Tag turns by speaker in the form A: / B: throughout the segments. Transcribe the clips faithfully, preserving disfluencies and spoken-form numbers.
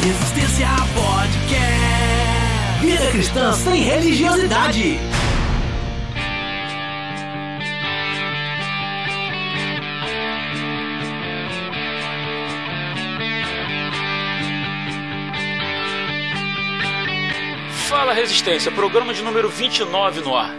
A: Resistência Podcast. Vida cristã sem religiosidade.
B: Fala Resistência, programa de número vinte e nove no ar.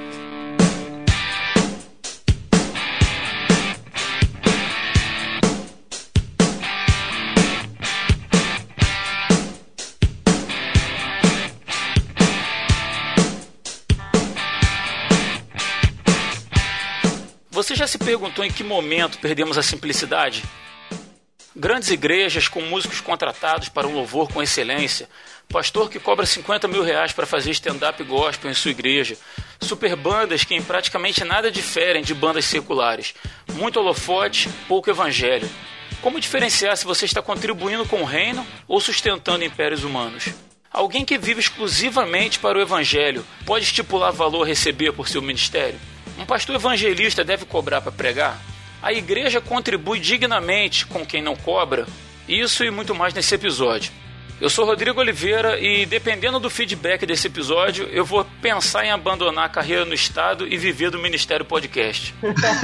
B: Você já se perguntou em que momento perdemos a simplicidade? Grandes igrejas com músicos contratados para um louvor com excelência, pastor que cobra cinquenta mil reais para fazer stand-up gospel em sua igreja, super bandas que em praticamente nada diferem de bandas seculares, muito holofote, pouco evangelho. Como diferenciar se você está contribuindo com o reino ou sustentando impérios humanos? Alguém que vive exclusivamente para o evangelho pode estipular valor a receber por seu ministério? Um pastor evangelista deve cobrar para pregar? A igreja contribui dignamente com quem não cobra? Isso e muito mais nesse episódio. Eu sou Rodrigo Oliveira e, dependendo do feedback desse episódio, eu vou pensar em abandonar a carreira no Estado e viver do Ministério Podcast.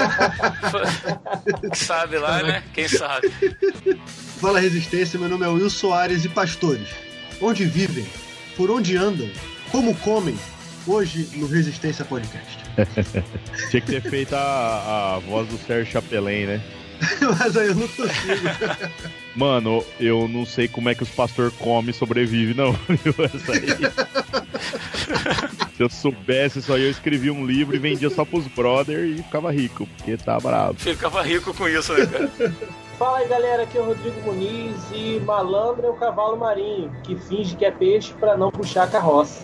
B: Sabe lá, né? Quem sabe?
C: Fala Resistência, meu nome é Will Soares e pastores. Onde vivem? Por onde andam? Como comem? Hoje no Resistência Podcast.
D: Tinha que ter feito a, a voz do Sérgio Chapelain, né?
C: Mas aí eu não consigo.
D: Mano, eu não sei como é que os pastores comem e sobrevivem, não. Essa aí. Se eu soubesse isso aí, eu escrevia um livro e vendia só pros brothers e ficava rico, porque tá bravo.
B: Ficava rico com isso, né, cara?
E: Fala aí, galera, aqui é o Rodrigo Muniz e malandro é o cavalo marinho, que finge que é peixe pra não puxar a carroça.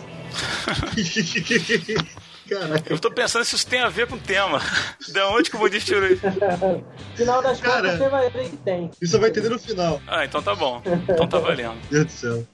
C: Caraca.
B: Eu tô pensando se isso tem a ver com o tema. De onde que eu vou tirou isso?
E: Final das
C: Cara,
E: contas você vai ver que tem.
C: Isso você vai entender no final.
B: Ah, então tá bom. Então tá valendo.
C: Meu Deus do céu.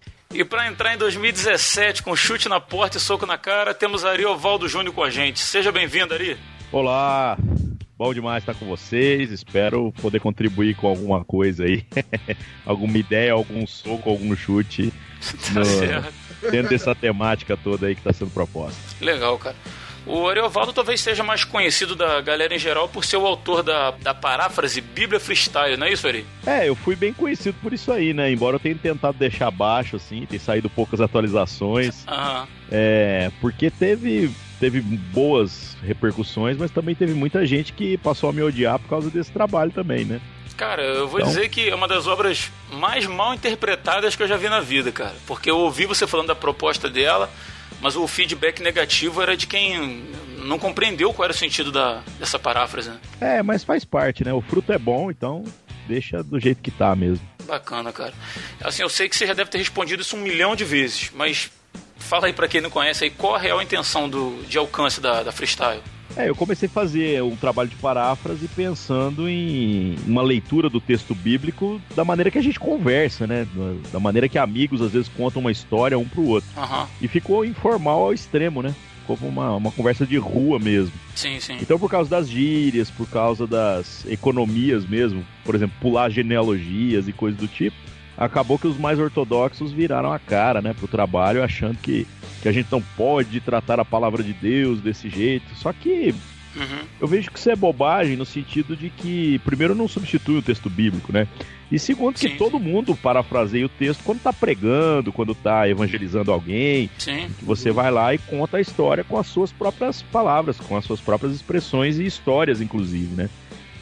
B: E pra entrar em dois mil e dezessete com chute na porta e soco na cara, temos Ari Ovaldo Júnior com a gente. Seja bem-vindo, Ari.
D: Olá, bom demais estar com vocês. Espero poder contribuir com alguma coisa aí. Alguma ideia, algum soco, algum chute.
B: Tá
D: no...
B: certo.
D: Dentro dessa temática toda aí que está sendo proposta.
B: Legal, cara. O Ariovaldo talvez seja mais conhecido da galera em geral por ser o autor da, da paráfrase Bíblia Freestyle, não é isso, Ari?
D: É, eu fui bem conhecido por isso aí, né? Embora eu tenha tentado deixar baixo, assim, ter saído poucas atualizações.
B: Aham.
D: É, porque teve, teve boas repercussões, mas também teve muita gente que passou a me odiar por causa desse trabalho também, né?
B: Cara, eu vou
D: então...
B: dizer que é uma das obras mais mal interpretadas que eu já vi na vida, cara. Porque eu ouvi você falando da proposta dela, mas o feedback negativo era de quem não compreendeu qual era o sentido da, dessa paráfrase, né?
D: É, mas faz parte, né? O fruto é bom, então deixa do jeito que tá mesmo.
B: Bacana, cara. Assim, eu sei que você já deve ter respondido isso um milhão de vezes, mas fala aí pra quem não conhece aí, qual a real intenção do, de alcance da, da freestyle?
D: É, eu comecei a fazer um trabalho de paráfrase pensando em uma leitura do texto bíblico da maneira que a gente conversa, né? Da maneira que amigos às vezes contam uma história um pro outro.
B: Uhum.
D: E ficou informal ao extremo, né? Como uma, uma conversa de rua mesmo.
B: Sim, sim.
D: Então, por causa das gírias, por causa das economias mesmo, por exemplo, pular genealogias e coisas do tipo, acabou que os mais ortodoxos viraram a cara, né, pro trabalho, achando que, que a gente não pode tratar a palavra de Deus desse jeito. Só que uhum. eu vejo que isso é bobagem no sentido de que, primeiro, não substitui o texto bíblico, né? E segundo, que sim, todo sim. mundo parafraseia o texto quando tá pregando, quando tá evangelizando alguém.
B: Sim.
D: Que você vai lá e conta a história com as suas próprias palavras, com as suas próprias expressões e histórias, inclusive, né?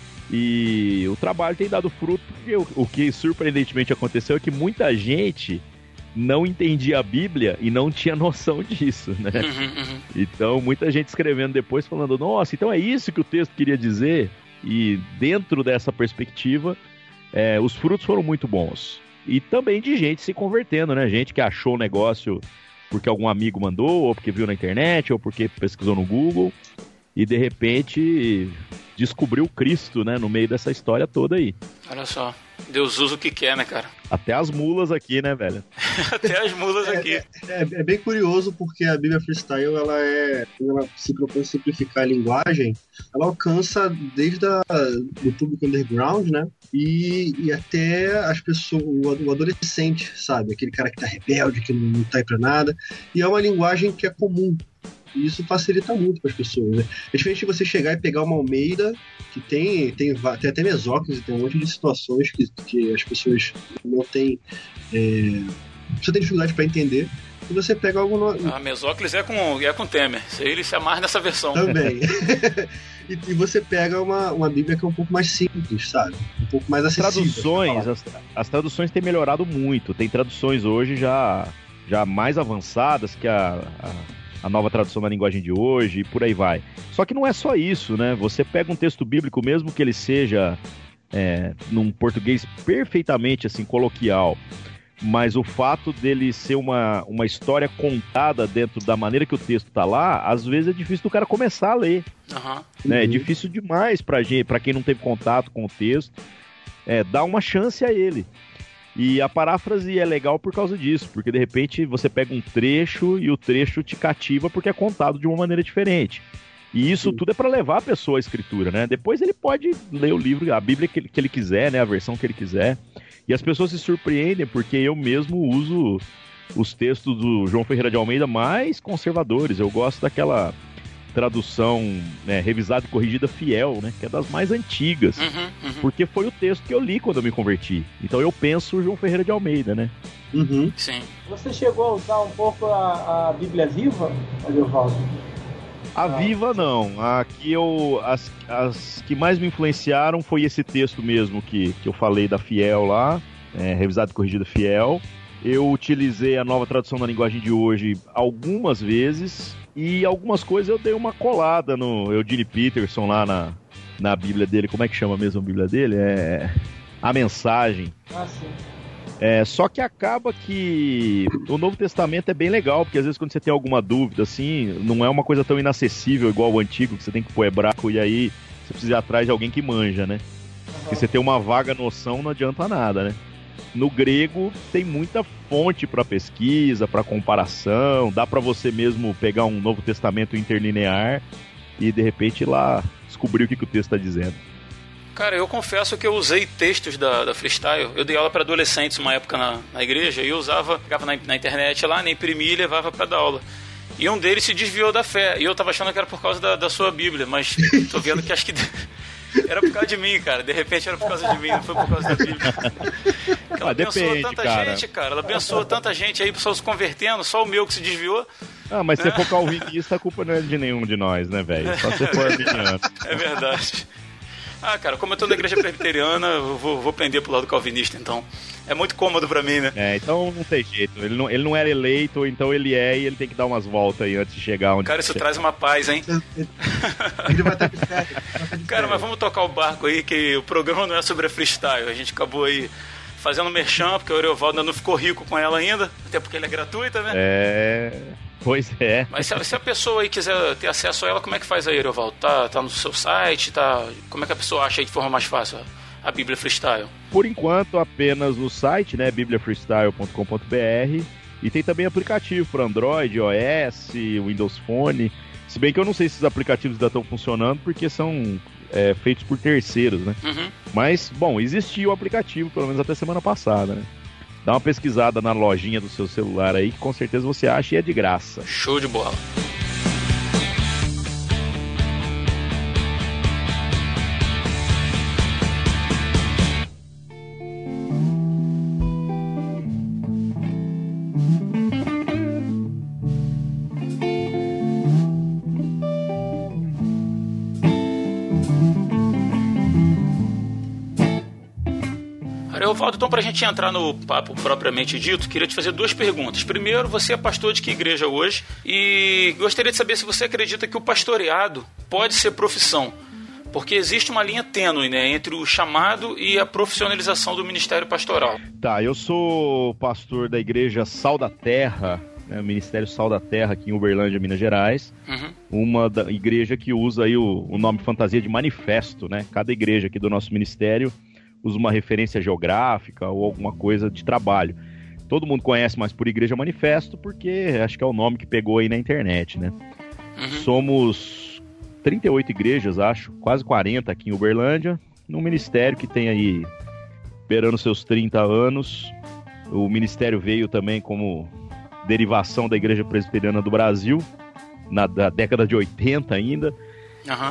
D: E o trabalho tem dado fruto, porque o, o que surpreendentemente aconteceu é que muita gente não entendia a Bíblia e não tinha noção disso, né?
B: Uhum, uhum.
D: Então, muita gente escrevendo depois falando, nossa, então é isso que o texto queria dizer? E dentro dessa perspectiva, é, os frutos foram muito bons. E também de gente se convertendo, né? Gente que achou o negócio porque algum amigo mandou, ou porque viu na internet, ou porque pesquisou no Google, e de repente descobriu Cristo, né, no meio dessa história toda aí.
B: Olha só. Deus usa o que quer, né, cara?
D: Até as mulas aqui, né, velho?
B: Até as mulas aqui.
C: É, é, é bem curioso porque a Bíblia Freestyle, ela é, quando ela se propõe a simplificar a linguagem, ela alcança desde a, do público underground, né? E, e até as pessoas, o adolescente, sabe? Aquele cara que tá rebelde, que não, não tá aí pra nada. E é uma linguagem que é comum. E isso facilita muito para as pessoas, né? É diferente de você chegar e pegar uma Almeida, que tem, tem, tem até mesóclise, tem um monte de situações que, que as pessoas não têm. É, você tem dificuldade para entender. E você pega algo. No...
B: A mesóclise é com, é com Temer. Ele se amarra nessa versão.
C: Também. e, e você pega uma, uma Bíblia que é um pouco mais simples, sabe? Um pouco mais acessível.
D: Traduções, as, as traduções têm melhorado muito. Tem traduções hoje já, já mais avançadas que a. a... a nova tradução da linguagem de hoje e por aí vai. Só que não é só isso, né? Você pega um texto bíblico, mesmo que ele seja é, num português perfeitamente assim, coloquial, mas o fato dele ser uma, uma história contada dentro da maneira que o texto tá lá, às vezes é difícil do cara começar a ler.
B: Uhum.
D: Né? É difícil demais pra, gente, pra quem não teve contato com o texto, é, dar uma chance a ele. E a paráfrase é legal por causa disso, porque de repente você pega um trecho e o trecho te cativa porque é contado de uma maneira diferente. E isso Sim. tudo é para levar a pessoa à escritura, né? Depois ele pode ler o livro, a Bíblia que ele, que ele quiser, né? A versão que ele quiser. E as pessoas se surpreendem porque eu mesmo uso os textos do João Ferreira de Almeida mais conservadores. Eu gosto daquela tradução, né, revisada e corrigida fiel, né, que é das mais antigas, uhum, uhum. porque foi o texto que eu li quando eu me converti. Então eu penso o João Ferreira de Almeida, né?
C: Uhum.
B: Sim.
E: Você chegou a usar um pouco a, a Bíblia Viva, Adilvaldo?
D: A ah. Viva não. A que eu, as, as que mais me influenciaram foi esse texto mesmo que, que eu falei da Fiel lá, é, revisada e corrigida fiel. Eu utilizei a nova tradução da linguagem de hoje algumas vezes. E algumas coisas eu dei uma colada no Eugene Peterson lá na, na Bíblia dele. Como é que chama mesmo a Bíblia dele? É A Mensagem.
E: Ah, sim.
D: É, só que acaba que o Novo Testamento é bem legal, porque às vezes quando você tem alguma dúvida, assim, não é uma coisa tão inacessível igual o Antigo, que você tem que pôr hebraico e aí você precisa ir atrás de alguém que manja, né? Uhum. Porque você tem uma vaga noção, não adianta nada, né? No grego tem muita fonte para pesquisa, para comparação, dá para você mesmo pegar um Novo Testamento interlinear e de repente ir lá descobrir o que, que o texto está dizendo.
B: Cara, eu confesso que eu usei textos da, da Freestyle. Eu dei aula para adolescentes uma época na, na igreja e eu usava, pegava na, na internet lá, nem imprimia e levava para dar aula. E um deles se desviou da fé e eu tava achando que era por causa da, da sua Bíblia, mas tô vendo que acho que era por causa de mim, cara. De repente era por causa de mim, não foi por causa da Bíblia. Ela ah, abençoou depende, tanta cara. gente, cara. Ela abençoou tanta gente aí, pessoal se convertendo, só o meu que se desviou.
D: Ah, mas se for calvinista, a culpa não é de nenhum de nós, né, velho? Só se for arminiano.
B: É verdade. Ah, cara, como eu tô na igreja presbiteriana, eu vou, vou pender pro lado calvinista, então. É muito cômodo pra mim, né?
D: É, então não tem jeito. Ele não, ele não era eleito, então ele é e ele tem que dar umas voltas aí antes de chegar onde...
B: Cara, isso traz uma paz, hein?
C: Ele vai estar de férias.
B: Cara, mas vamos tocar o barco aí, que o programa não é sobre a freestyle. A gente acabou aí fazendo merchan, porque o Ariovaldo ainda não ficou rico com ela ainda, até porque ela é gratuita, né?
D: É... Pois é.
B: Mas se a, se a pessoa aí quiser ter acesso a ela, como é que faz aí, Ariovaldo? Tá, tá no seu site? Tá... Como é que a pessoa acha aí de forma mais fácil a Bíblia Freestyle?
D: Por enquanto, apenas no site, né? bíblia freestyle ponto com ponto b r. E tem também aplicativo para Android, iOS, Windows Phone. Se bem que eu não sei se esses aplicativos ainda estão funcionando, porque são é, feitos por terceiros, né? Uhum. Mas, bom, existia o aplicativo, pelo menos até semana passada, né? Dá uma pesquisada na lojinha do seu celular aí, que com certeza você acha e é de graça.
B: Show de bola. Ariovaldo, então, para a gente entrar no papo propriamente dito, queria te fazer duas perguntas. Primeiro, você é pastor de que igreja hoje? E gostaria de saber se você acredita que o pastoreado pode ser profissão. Porque existe uma linha tênue, né, entre o chamado e a profissionalização do ministério pastoral.
D: Tá, eu sou pastor da igreja Sal da Terra, né, o Ministério Sal da Terra aqui em Uberlândia, Minas Gerais. Uhum. Uma da igreja que usa aí o, o nome fantasia de manifesto, né? Cada igreja aqui do nosso ministério usa uma referência geográfica ou alguma coisa de trabalho. Todo mundo conhece mais por Igreja Manifesto, porque acho que é o nome que pegou aí na internet, né? Uhum. Somos trinta e oito igrejas, acho, quase quarenta aqui em Uberlândia, num ministério que tem aí, beirando seus trinta anos. O ministério veio também como derivação da Igreja Presbiteriana do Brasil, na da década de oitenta ainda. Uhum.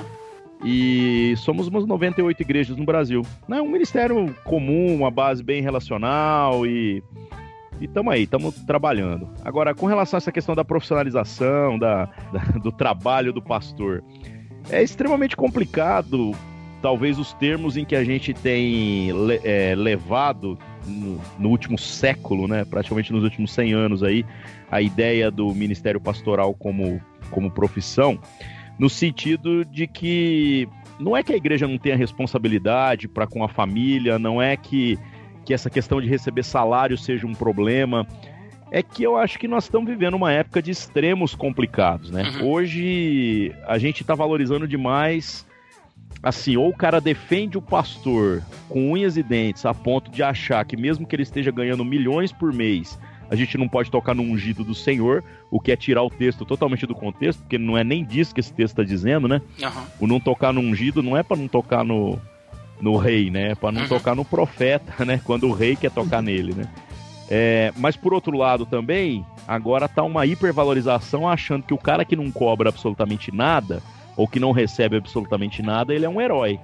D: E somos umas noventa e oito igrejas no Brasil. É um ministério comum, uma base bem relacional e... E estamos aí, estamos trabalhando. Agora, com relação a essa questão da profissionalização, da, da, do trabalho do pastor, é extremamente complicado, talvez, os termos em que a gente tem le, é, levado no, no último século, né, praticamente nos últimos cem anos, aí, a ideia do ministério pastoral como, como profissão, no sentido de que não é que a igreja não tenha responsabilidade para com a família, não é que... que essa questão de receber salário seja um problema, é que eu acho que nós estamos vivendo uma época de extremos complicados, né? Uhum. Hoje a gente está valorizando demais, assim, ou o cara defende o pastor com unhas e dentes a ponto de achar que mesmo que ele esteja ganhando milhões por mês, a gente não pode tocar no ungido do Senhor, o que é tirar o texto totalmente do contexto, porque não é nem disso que esse texto está dizendo, né? Uhum. O não tocar no ungido não é para não tocar no... no rei, né? Para não uhum. tocar no profeta, né? Quando o rei quer tocar nele, né? É, mas por outro lado também, agora tá uma hipervalorização achando que o cara que não cobra absolutamente nada, ou que não recebe absolutamente nada, ele é um herói.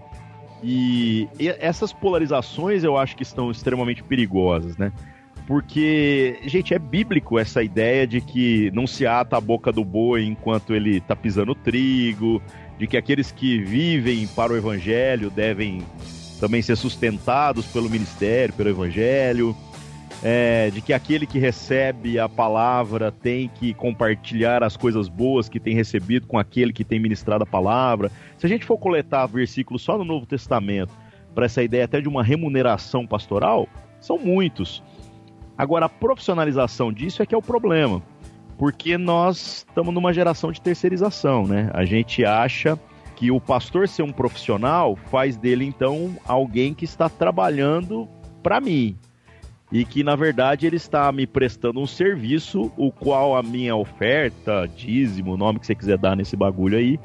D: E, e essas polarizações eu acho que estão extremamente perigosas, né? Porque, gente, é bíblico essa ideia de que não se ata a boca do boi enquanto ele tá pisando trigo, de que aqueles que vivem para o evangelho devem também ser sustentados pelo ministério, pelo evangelho, é, de que aquele que recebe a palavra tem que compartilhar as coisas boas que tem recebido com aquele que tem ministrado a palavra. Se a gente for coletar versículos só no Novo Testamento para essa ideia até de uma remuneração pastoral, são muitos. Agora, a profissionalização disso é que é o problema. Porque nós estamos numa geração de terceirização, né? A gente acha que o pastor ser um profissional faz dele, então, alguém que está trabalhando para mim. E que, na verdade, ele está me prestando um serviço, o qual a minha oferta, dízimo, o nome que você quiser dar nesse bagulho aí,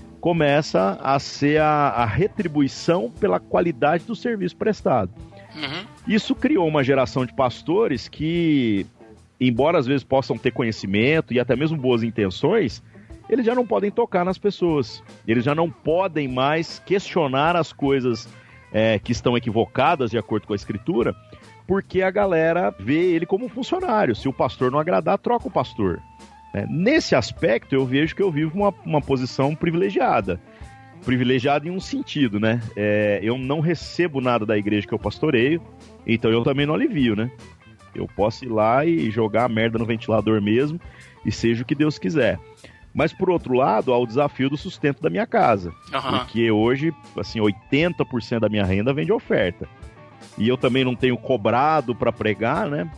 D: começa a ser a, a retribuição pela qualidade do serviço prestado. Uhum. Isso criou uma geração de pastores que... embora às vezes possam ter conhecimento e até mesmo boas intenções, eles já não podem tocar nas pessoas. Eles já não podem mais questionar as coisas é, que estão equivocadas de acordo com a Escritura, porque a galera vê ele como um funcionário. Se o pastor não agradar, troca o pastor. É, nesse aspecto, eu vejo que eu vivo uma, uma posição privilegiada. Privilegiada em um sentido, né? É, eu não recebo nada da igreja que eu pastoreio, então eu também não alivio, né? Eu posso ir lá e jogar a merda no ventilador mesmo, e seja o que Deus quiser. Mas, por outro lado, há o desafio do sustento da minha casa. Uhum. Porque hoje, assim, oitenta por cento da minha renda vem de oferta. E eu também não tenho cobrado para pregar, né?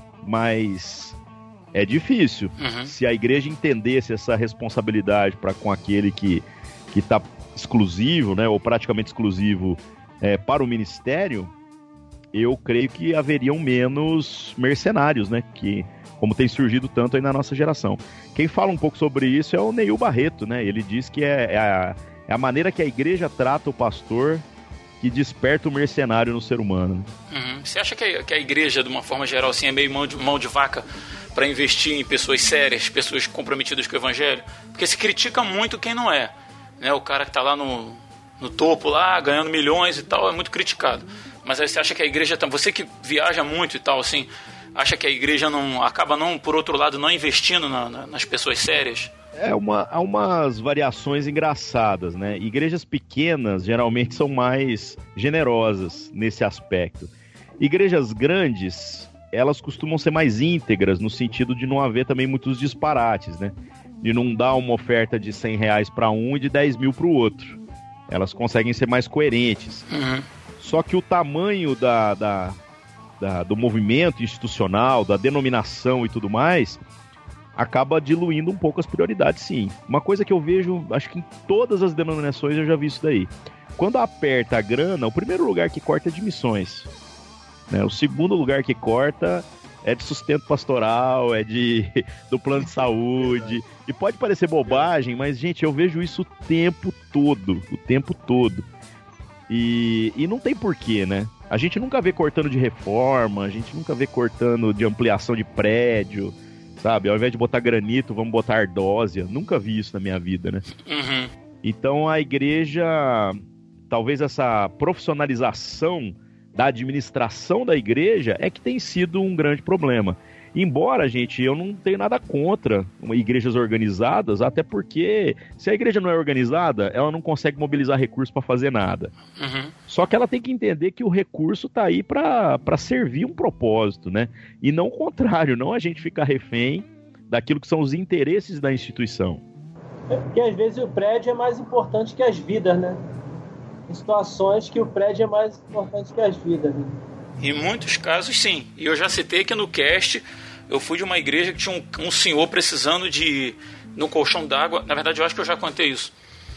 D: Mas é difícil. Uhum. Se a igreja entendesse essa responsabilidade para com aquele que que está exclusivo, né? Ou praticamente exclusivo é, para o ministério, eu creio que haveriam menos mercenários, né? Que, como tem surgido tanto aí na nossa geração. Quem fala um pouco sobre isso é o Neil Barreto, né? Ele diz que é, é, a, é a maneira que a igreja trata o pastor que desperta o mercenário no ser humano.
B: Uhum. Você acha que a, que a igreja, de uma forma geral, assim, é meio mão de, mão de vaca para investir em pessoas sérias, pessoas comprometidas com o evangelho? Porque se critica muito quem não é, né? O cara que está lá no, no topo, lá, ganhando milhões e tal, é muito criticado. Mas aí você acha que a igreja... Você que viaja muito e tal, assim, acha que a igreja não acaba, não, por outro lado, não investindo na, na, nas pessoas sérias?
D: É uma, há umas variações engraçadas, né? Igrejas pequenas geralmente são mais generosas nesse aspecto. Igrejas grandes, elas costumam ser mais íntegras, no sentido de não haver também muitos disparates, né? De não dar uma oferta de cem reais para um e de dez mil para o outro. Elas conseguem ser mais coerentes. Uhum. Só que o tamanho da, da, da, do movimento institucional, da denominação e tudo mais, acaba diluindo um pouco as prioridades, sim. Uma coisa que eu vejo, acho que em todas as denominações eu já vi isso daí. quando aperta a grana, o primeiro lugar que corta é de missões, né? O segundo lugar que corta é de sustento pastoral, é de do plano de saúde. E pode parecer bobagem, mas, gente, eu vejo isso o tempo todo, o tempo todo. E, e não tem porquê, né? A gente nunca vê cortando de reforma, a gente nunca vê cortando de ampliação de prédio, sabe? Ao invés de botar granito, vamos botar ardósia. Nunca vi isso na minha vida, né?
B: Uhum.
D: Então a igreja, talvez essa profissionalização da administração da igreja é que tem sido um grande problema. Embora, gente, eu não tenho nada contra igrejas organizadas, até porque se a igreja não é organizada, ela não consegue mobilizar recursos para fazer nada.
B: Uhum.
D: Só que ela tem que entender que o recurso está aí para servir um propósito, né? E não o contrário, não a gente ficar refém daquilo que são os interesses da instituição.
E: É porque às vezes o prédio é mais importante que as vidas, né? Em situações que o prédio é mais importante que as vidas, né?
B: Em muitos casos, sim. E eu já citei que no cast eu fui de uma igreja que tinha um, um senhor precisando de no colchão d'água. Na verdade, eu acho que eu já contei isso.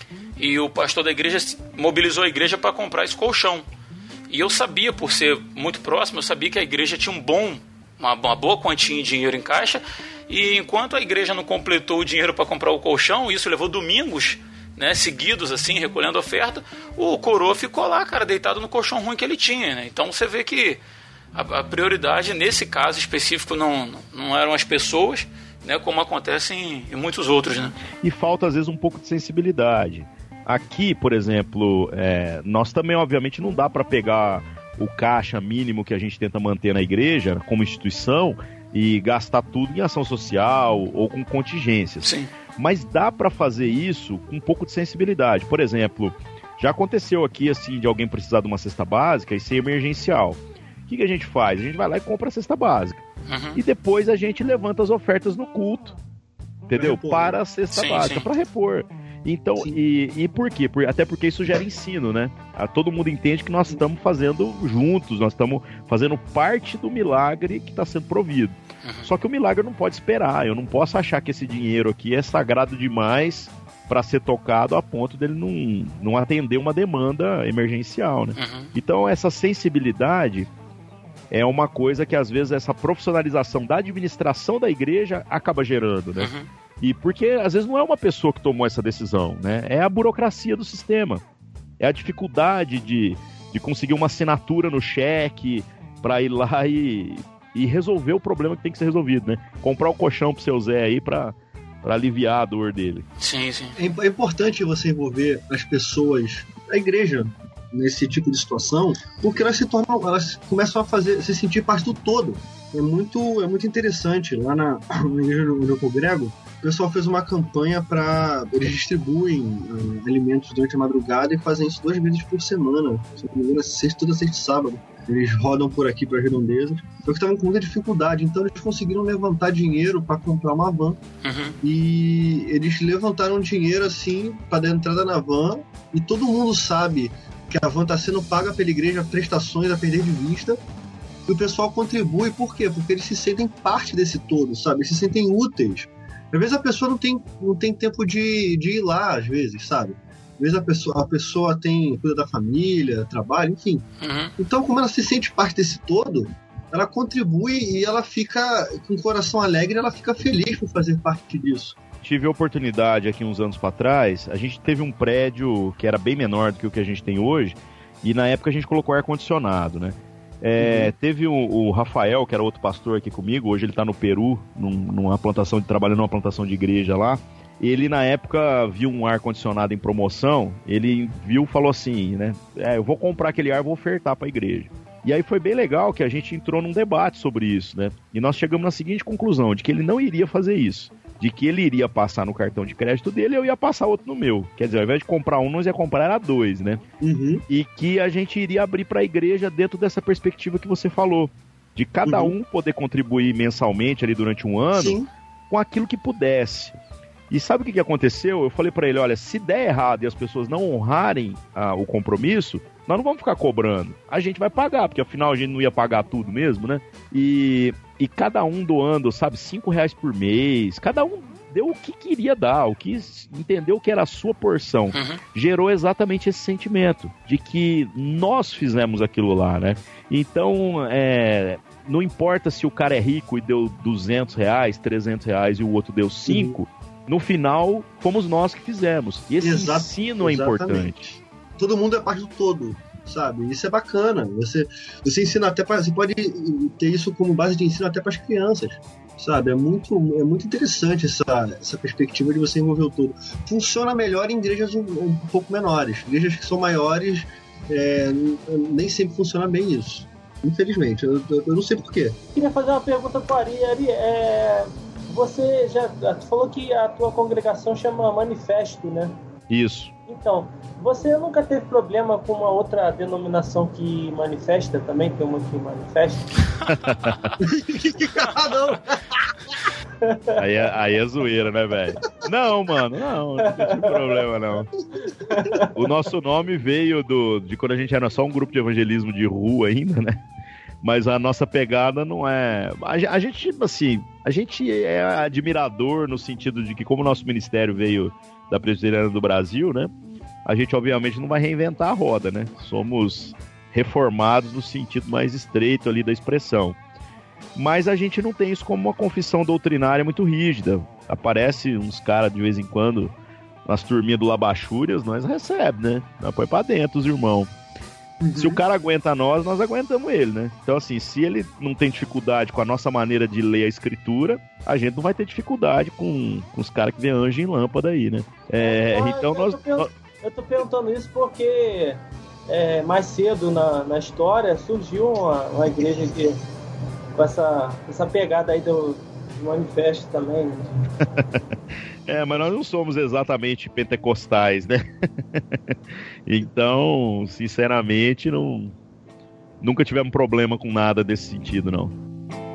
B: E o pastor da igreja mobilizou a igreja para comprar esse colchão. E eu sabia, por ser muito próximo, eu sabia que a igreja tinha um bom, uma, uma boa quantia em dinheiro em caixa. E enquanto a igreja não completou o dinheiro para comprar o colchão, isso levou domingos, né, seguidos assim, recolhendo oferta, o coroa ficou lá, cara, deitado no colchão ruim que ele tinha, né? Então você vê que a, a prioridade nesse caso específico não, não eram as pessoas, né, como acontece em, em muitos outros, né?
D: E falta às vezes um pouco de sensibilidade. Aqui, por exemplo, é, nós também obviamente não dá para pegar o caixa mínimo que a gente tenta manter na igreja como instituição e gastar tudo em ação social ou com contingências.
B: Sim.
D: Mas dá para fazer isso com um pouco de sensibilidade. Por exemplo, já aconteceu aqui assim de alguém precisar de uma cesta básica e ser emergencial. O que, que a gente faz? A gente vai lá e compra a cesta básica.
B: Uhum.
D: E depois a gente levanta as ofertas no culto, entendeu?
C: Pra repor,
D: para
C: né?
D: a cesta
B: Sim,
D: básica,
B: sim.
D: para repor. Então, e, e por quê? Por, até porque isso gera ensino, né? A, todo mundo entende que nós estamos fazendo juntos, nós estamos fazendo parte do milagre que está sendo provido.
B: Uhum.
D: Só que o milagre não pode esperar. Eu não posso achar que esse dinheiro aqui é sagrado demais para ser tocado a ponto dele não, não atender uma demanda emergencial, né?
B: Uhum.
D: Então, essa sensibilidade é uma coisa que, às vezes, essa profissionalização da administração da igreja acaba gerando, né?
B: Uhum.
D: E porque, às vezes, não é uma pessoa que tomou essa decisão, né? É a burocracia do sistema. É a dificuldade de, de conseguir uma assinatura no cheque para ir lá e, e resolver o problema que tem que ser resolvido, né? Comprar o colchão pro seu Zé aí para para aliviar a dor dele.
B: Sim, sim.
C: É importante você envolver as pessoas, a igreja, nesse tipo de situação, porque elas se tornam, elas começam a fazer, se sentir parte do todo. É muito, é muito interessante. Lá na, na igreja onde eu congrego, o pessoal fez uma campanha para eles distribuem uh, alimentos durante a madrugada e fazem isso duas vezes por semana. Se não me engano, sexta, toda sexta e sábado. Eles rodam por aqui para as redondezas. Só que estavam com muita dificuldade, então eles conseguiram levantar dinheiro para comprar uma van.
B: Uhum.
C: E eles levantaram dinheiro assim para dar entrada na van. E todo mundo sabe que a van está sendo paga pela igreja, prestações a perder de vista. E o pessoal contribui, por quê? Porque eles se sentem parte desse todo, sabe? Eles se sentem úteis. Às vezes a pessoa não tem, não tem tempo de, de ir lá, às vezes, sabe? Às vezes a pessoa, a pessoa tem cuida da família, trabalho, enfim.
B: Uhum.
C: Então, como ela se sente parte desse todo, ela contribui e ela fica com o coração alegre, ela fica feliz por fazer parte disso.
D: Tive a oportunidade aqui uns anos para trás, a gente teve um prédio que era bem menor do que o que a gente tem hoje, e na época a gente colocou ar-condicionado, né? É, uhum. Teve o, o Rafael, que era outro pastor aqui comigo, hoje ele está no Peru, num, numa plantação, trabalhando numa plantação de igreja lá. Ele na época viu um ar-condicionado em promoção, ele viu e falou assim, né? É, eu vou comprar aquele ar e vou ofertar para a igreja. E aí foi bem legal que a gente entrou num debate sobre isso, né? E nós chegamos na seguinte conclusão, de que ele não iria fazer isso. De que ele iria passar no cartão de crédito dele e eu ia passar outro no meu. Quer dizer, ao invés de comprar um, nós ia comprar era dois, né?
C: Uhum.
D: E que a gente iria abrir para a igreja dentro dessa perspectiva que você falou. De cada uhum. um poder contribuir mensalmente ali durante um ano. Sim. Com aquilo que pudesse. E sabe o que, que aconteceu? Eu falei para ele, olha, se der errado e as pessoas não honrarem ah, o compromisso, nós não vamos ficar cobrando. A gente vai pagar, porque afinal a gente não ia pagar tudo mesmo, né? E, e cada um doando, sabe, cinco reais por mês, cada um deu o que queria dar, o que entendeu que era a sua porção. Uhum. Gerou exatamente esse sentimento de que nós fizemos aquilo lá, né? Então, é, não importa se o cara é rico e deu duzentos reais, trezentos reais e o outro deu cinco, uhum. No final, fomos nós que fizemos. E esse Exato, ensino é exatamente. Importante.
C: Todo mundo é parte do todo, sabe? Isso é bacana. Você, você ensina até para, você pode ter isso como base de ensino até para as crianças, sabe? É muito, é muito interessante essa, essa perspectiva de você envolver o todo. Funciona melhor em igrejas um, um pouco menores. Igrejas que são maiores, é, nem sempre funciona bem isso. Infelizmente. Eu, eu, eu não sei porquê.
E: Queria fazer uma pergunta para o Ari. Ari, é... Você já tu falou que a tua congregação chama Manifesto, né?
D: Isso.
E: Então, você nunca teve problema com uma outra denominação que manifesta também? Tem uma que manifesta?
C: Ah, não!
D: Aí é, aí é zoeira, né, velho? Não, mano, não, não tem problema, não. O nosso nome veio do, de quando a gente era só um grupo de evangelismo de rua ainda, né? Mas a nossa pegada não é... A, a gente, assim, a gente é admirador no sentido de que como o nosso ministério veio da Presbiteriana do Brasil, né? A gente, obviamente, não vai reinventar a roda, né? Somos reformados no sentido mais estreito ali da expressão. Mas a gente não tem isso como uma confissão doutrinária muito rígida. Aparece uns caras, de vez em quando, nas turminhas do Labachúrias, nós recebemos, né? Nós põe pra dentro os irmãos. Uhum. Se o cara aguenta nós, nós aguentamos ele, né? Então, assim, se ele não tem dificuldade com a nossa maneira de ler a escritura, a gente não vai ter dificuldade com, com os caras que vê anjo em lâmpada aí, né? É, ah, então,
E: eu
D: nós...
E: Tô nós... Eu tô perguntando isso porque é, mais cedo na, na história surgiu uma, uma igreja que, com essa, essa pegada aí do, do manifesto também, né?
D: É, mas nós não somos exatamente pentecostais, né? Então, sinceramente, não, nunca tivemos problema com nada desse sentido, não.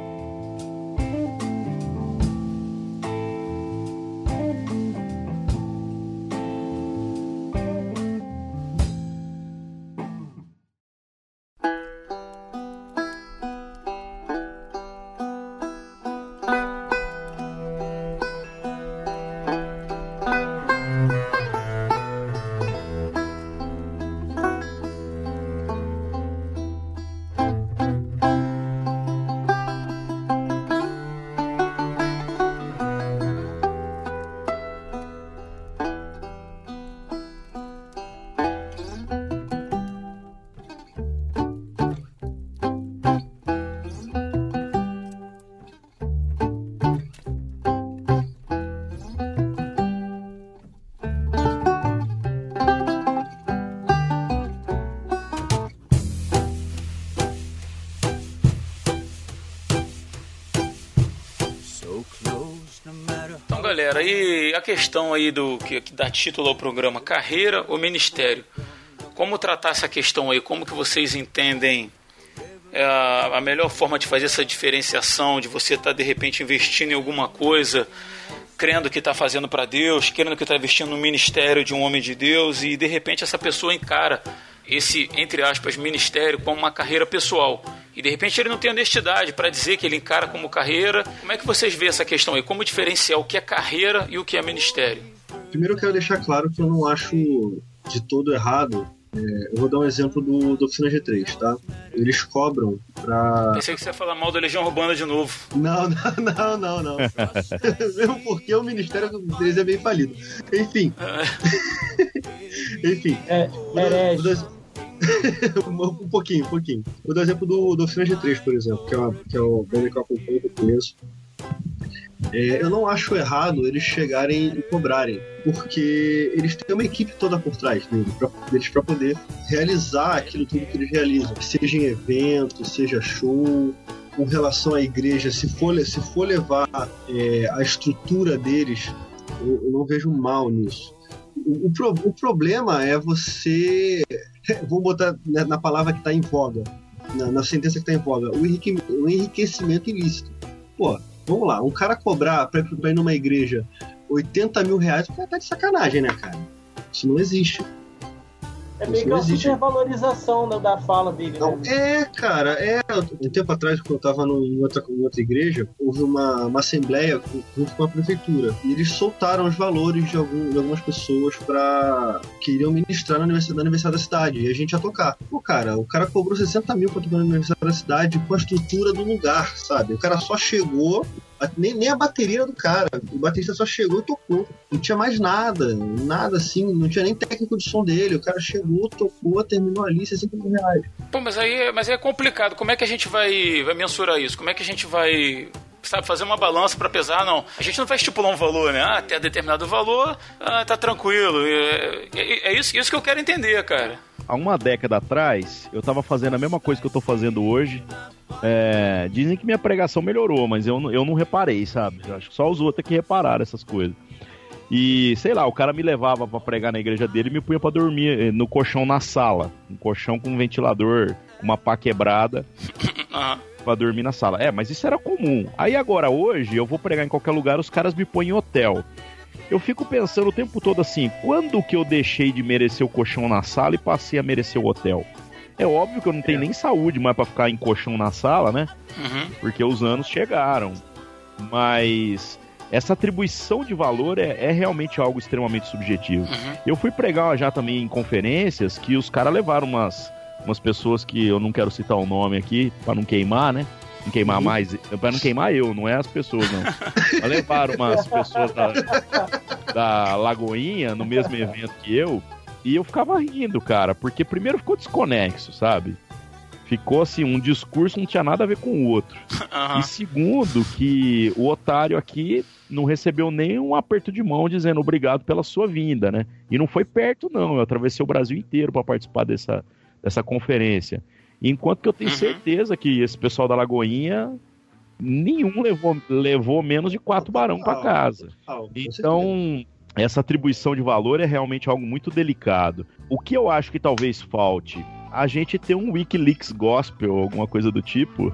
B: Galera, e a questão aí do que, que dá título ao programa, carreira ou ministério? Como tratar essa questão aí? Como que vocês entendem é, a melhor forma de fazer essa diferenciação, de você estar tá, de repente investindo em alguma coisa, crendo que está fazendo para Deus, crendo que está investindo no ministério de um homem de Deus, e de repente essa pessoa encara esse, entre aspas, ministério como uma carreira pessoal. E de repente ele não tem honestidade para dizer que ele encara como carreira. Como é que vocês veem essa questão aí? Como diferenciar o que é carreira e o que é ministério?
C: Primeiro eu quero deixar claro que eu não acho de todo errado. É, eu vou dar um exemplo do, do Oficina G três, tá? Eles cobram pra...
B: Pensei que você ia falar mal da Legião Urbana de novo.
C: Não, não, não, não, não. Mesmo porque o ministério deles é bem falido. Enfim. Enfim.
E: É, é,
C: um pouquinho, um pouquinho. Vou dar o exemplo do, do Oficina G três, por exemplo, que é, uma, que é o banda que eu acompanho, que eu conheço. É, eu não acho errado eles chegarem e cobrarem, porque eles têm uma equipe toda por trás deles, pra, deles para poder realizar aquilo tudo que eles realizam, seja em evento, seja show, com relação à igreja, se for, se for levar é, a estrutura deles, eu, eu não vejo mal nisso. O, o, pro, o problema é você... Vamos botar na palavra que está em voga, na, na sentença que está em voga, o, enrique, o enriquecimento ilícito. Pô, vamos lá, um cara cobrar pra, pra ir numa igreja oitenta mil reais, o cara tá de sacanagem, né, cara? Isso não existe.
E: É meio que uma supervalorização da, da fala dele,
C: não,
E: né?
C: É, cara, é. Um tempo atrás, quando eu tava no, em, outra, em outra igreja, houve uma, uma assembleia junto com a prefeitura. E eles soltaram os valores de, algum, de algumas pessoas pra que iriam ministrar na universidade, na universidade da cidade. E a gente ia tocar. Pô, cara, o cara cobrou sessenta mil pra tocar na universidade da cidade com a estrutura do lugar, sabe? O cara só chegou. Nem, nem a bateria do cara. O baterista só chegou e tocou. Não tinha mais nada. Nada assim. Não tinha nem técnico de som dele. O cara chegou, tocou, terminou ali, sessenta mil reais.
B: Pô, mas aí, mas aí é complicado. Como é que a gente vai, vai mensurar isso? Como é que a gente vai, sabe, fazer uma balança pra pesar? Não. A gente não vai estipular um valor, né? Ah, até determinado valor, ah, tá tranquilo. É, é, é isso, isso que eu quero entender, cara.
D: Há uma década atrás, eu tava fazendo a mesma coisa que eu tô fazendo hoje. É, dizem que minha pregação melhorou, mas eu, eu não reparei, sabe? Eu acho que só os outros é que repararam essas coisas. E, sei lá, o cara me levava pra pregar na igreja dele e me punha pra dormir no colchão na sala. Um colchão com um ventilador, com uma pá quebrada, pra dormir na sala. É, mas isso era comum. Aí agora, hoje, eu vou pregar em qualquer lugar, os caras me põem em hotel. Eu fico pensando o tempo todo assim, quando que eu deixei de merecer o colchão na sala e passei a merecer o hotel? É óbvio que eu não tenho é. nem saúde mais pra ficar em colchão na sala, né? Uhum. Porque os anos chegaram. Mas essa atribuição de valor é, é realmente algo extremamente subjetivo. Uhum. Eu fui pregar já também em conferências que os caras levaram umas, umas pessoas que eu não quero citar o nome aqui, pra não queimar, né? Não queimar mais, pra não queimar eu, não é as pessoas, não. Mas levaram umas pessoas da, da Lagoinha no mesmo evento que eu, e eu ficava rindo, cara, porque primeiro ficou desconexo, sabe? Ficou assim, um discurso não tinha nada a ver com o outro. Uhum. E segundo, que o otário aqui não recebeu nem um aperto de mão dizendo obrigado pela sua vinda, né? E não foi perto, não. Eu atravessei o Brasil inteiro para participar dessa, dessa conferência. Enquanto que eu tenho uhum. certeza que esse pessoal da Lagoinha, nenhum levou, levou menos de quatro barão para casa. Então, essa atribuição de valor é realmente algo muito delicado. O que eu acho que talvez falte, a gente ter um Wikileaks Gospel, alguma coisa do tipo.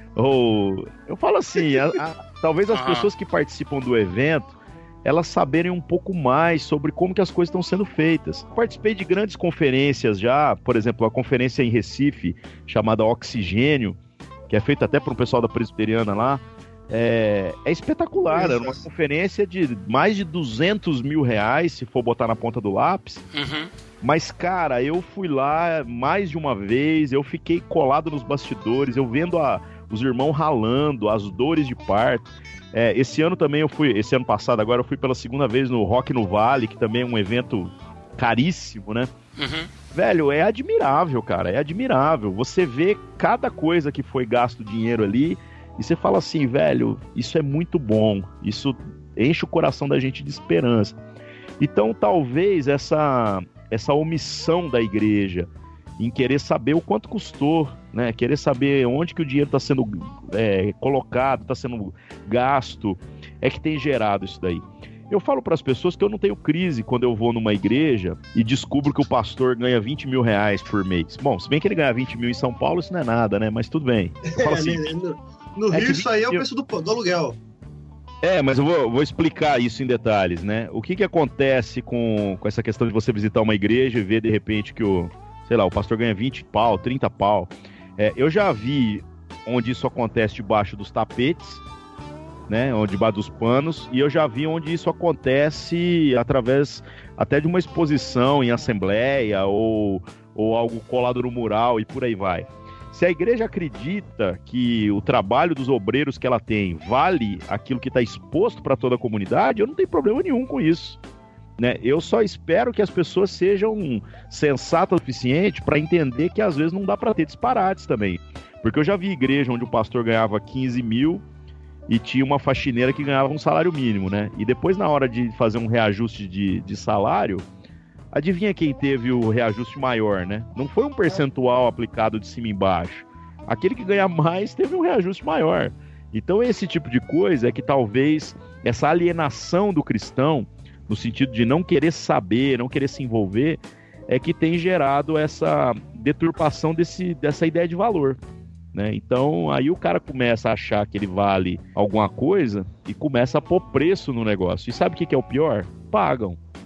D: Ou, eu falo assim, a, a, talvez as pessoas que participam do evento, elas saberem um pouco mais sobre como que as coisas estão sendo feitas. Participei de grandes conferências já, por exemplo, a conferência em Recife, chamada Oxigênio, que é feita até por um pessoal da Presbiteriana lá, é, é espetacular, era uma conferência de mais de duzentos mil reais, se for botar na ponta do lápis. Uhum. Mas, cara, eu fui lá mais de uma vez, eu fiquei colado nos bastidores, eu vendo a, os irmãos ralando, as dores de parto. É, esse ano também eu fui, esse ano passado agora eu fui pela segunda vez no Rock no Vale, que também é um evento caríssimo, né? Uhum. Velho, é admirável, cara, é admirável. Você vê cada coisa que foi gasto dinheiro ali e você fala assim, velho, isso é muito bom, isso enche o coração da gente de esperança. Então talvez essa, essa omissão da igreja em querer saber o quanto custou, né? Querer saber onde que o dinheiro está sendo é, colocado, está sendo gasto, é que tem gerado isso daí. Eu falo para as pessoas que eu não tenho crise quando eu vou numa igreja e descubro que o pastor ganha vinte mil reais por mês. Bom, se bem que ele ganha vinte mil em São Paulo, isso não é nada, né? Mas tudo bem. Eu falo assim,
C: é, no no é Rio isso aí é o preço do, do aluguel.
D: É, mas eu vou, vou explicar isso em detalhes, né? O que que acontece com, com essa questão de você visitar uma igreja e ver de repente que o sei lá, o pastor ganha vinte pau, trinta pau. É, eu já vi onde isso acontece debaixo dos tapetes, né, onde debaixo dos panos, e eu já vi onde isso acontece através até de uma exposição em assembleia ou, ou algo colado no mural e por aí vai. Se a igreja acredita que o trabalho dos obreiros que ela tem vale aquilo que está exposto para toda a comunidade, eu não tenho problema nenhum com isso. Né? Eu só espero que as pessoas sejam sensatas o suficiente para entender que às vezes não dá para ter disparates também. Porque eu já vi igreja onde o pastor ganhava quinze mil e tinha uma faxineira que ganhava um salário mínimo, né? E depois, na hora de fazer um reajuste de, de salário, adivinha quem teve o reajuste maior, né? Não foi um percentual aplicado de cima e embaixo. Aquele que ganha mais teve um reajuste maior. Então esse tipo de coisa é que talvez essa alienação do cristão, no sentido de não querer saber, não querer se envolver, é que tem gerado essa deturpação desse, dessa ideia de valor, né? Então, aí o cara começa a achar que ele vale alguma coisa e começa a pôr preço no negócio. E sabe o que, que é o pior? Pagam.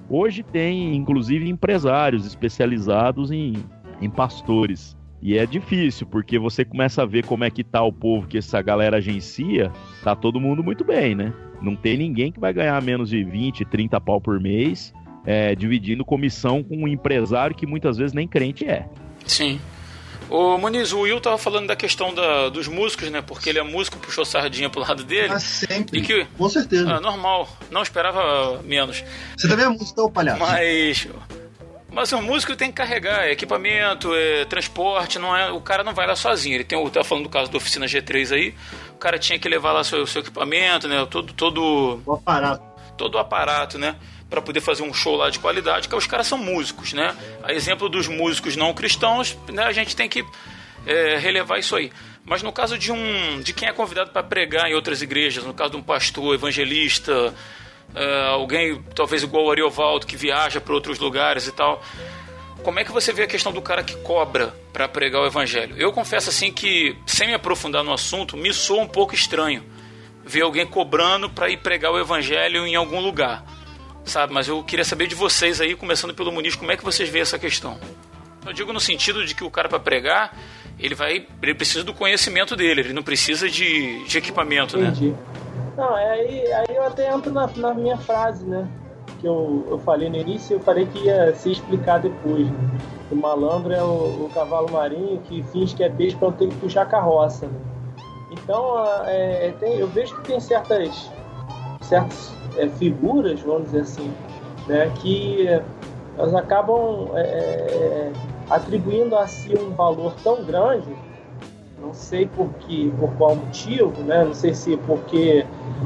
D: Hoje tem, inclusive, empresários especializados em, em pastores. E é difícil, porque você começa a ver como é que tá o povo que essa galera agencia, tá todo mundo muito bem, né? Não tem ninguém que vai ganhar menos de vinte, trinta pau por mês, é, dividindo comissão com um empresário que muitas vezes nem crente é.
B: Sim. Ô Muniz, o Will tava falando da questão da, dos músicos, né? Porque ele é músico, puxou sardinha pro lado dele.
C: Ah, sempre.
B: E que,
C: com certeza.
B: Ah, normal. Não esperava menos.
C: Você também é músico, ô palhaço.
B: Mas... Mas o músico tem que carregar, é equipamento, é transporte, não é, o cara não vai lá sozinho. Ele tem, tá falando do caso da oficina G três aí, o cara tinha que levar lá seu, seu equipamento, né? Todo, todo
C: o aparato.
B: Todo o aparato, né? Para poder fazer um show lá de qualidade, que os caras são músicos, né? A exemplo dos músicos não cristãos, né, a gente tem que é, relevar isso aí. Mas no caso de um de quem é convidado para pregar em outras igrejas, no caso de um pastor, evangelista, é, alguém talvez igual o Ariovaldo, que viaja para outros lugares e tal, como é que você vê a questão do cara que cobra para pregar o evangelho? Eu confesso assim que, sem me aprofundar no assunto, me soa um pouco estranho ver alguém cobrando para ir pregar o evangelho em algum lugar. Sabe, mas eu queria saber de vocês aí, começando pelo Muniz, como é que vocês veem essa questão? Eu digo no sentido de que o cara, para pregar, ele vai, ele precisa do conhecimento dele, ele não precisa de, de equipamento,
E: Entendi.
B: né?
E: Não, aí, aí eu até entro na, na minha frase, né? Que eu, eu falei no início, eu falei que ia se explicar depois, né? O malandro é o, o cavalo marinho que finge que é peixe para não ter que puxar a carroça, né? Então, é, tem, eu vejo que tem certas... certas É, figuras, vamos dizer assim, né, que elas acabam é, é, atribuindo a si um valor tão grande, não sei por, que, por qual motivo, né, não sei se porque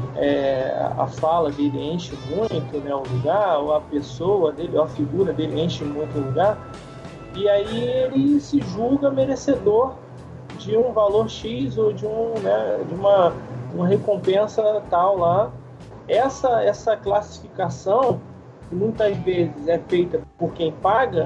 E: é, a fala dele enche muito, né, o lugar, ou a pessoa dele, ou a figura dele enche muito o lugar, e aí ele se julga merecedor de um valor X ou de, um, né, de uma, uma recompensa tal lá. Essa, essa classificação, que muitas vezes é feita por quem paga,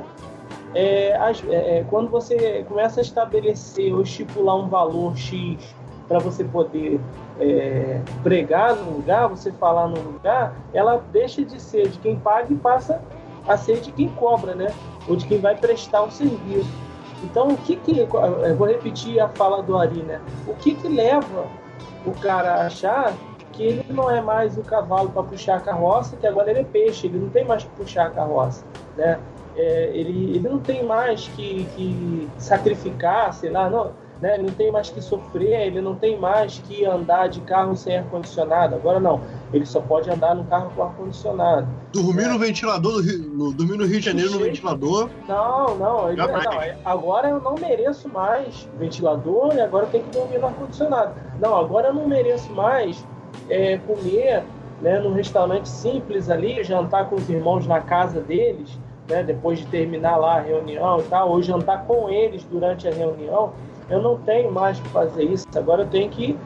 E: é, é, quando você começa a estabelecer ou estipular um valor X para você poder é, pregar no lugar, você falar no lugar, ela deixa de ser de quem paga e passa a ser de quem cobra, né? Ou de quem vai prestar o serviço. Então, o que que... Eu vou repetir a fala do Ari, né? O que que leva o cara a achar que ele não é mais o cavalo para puxar a carroça, que agora ele é peixe, ele não tem mais que puxar a carroça, né? É, ele, ele não tem mais que, que sacrificar, sei lá, não, né? Ele não tem mais que sofrer, ele não tem mais que andar de carro sem ar-condicionado, agora não, ele só pode andar no carro com ar-condicionado.
C: Dormir né? no ventilador, do Rio, no, dormir no Rio de Janeiro no ventilador?
E: Não, não, ele, não, agora eu não mereço mais ventilador e agora eu tenho que dormir no ar-condicionado. Não, agora eu não mereço mais É, comer, né, num restaurante simples ali, jantar com os irmãos na casa deles, né, depois de terminar lá a reunião e tal, ou jantar com eles durante a reunião. Eu não tenho mais que fazer isso, agora eu tenho que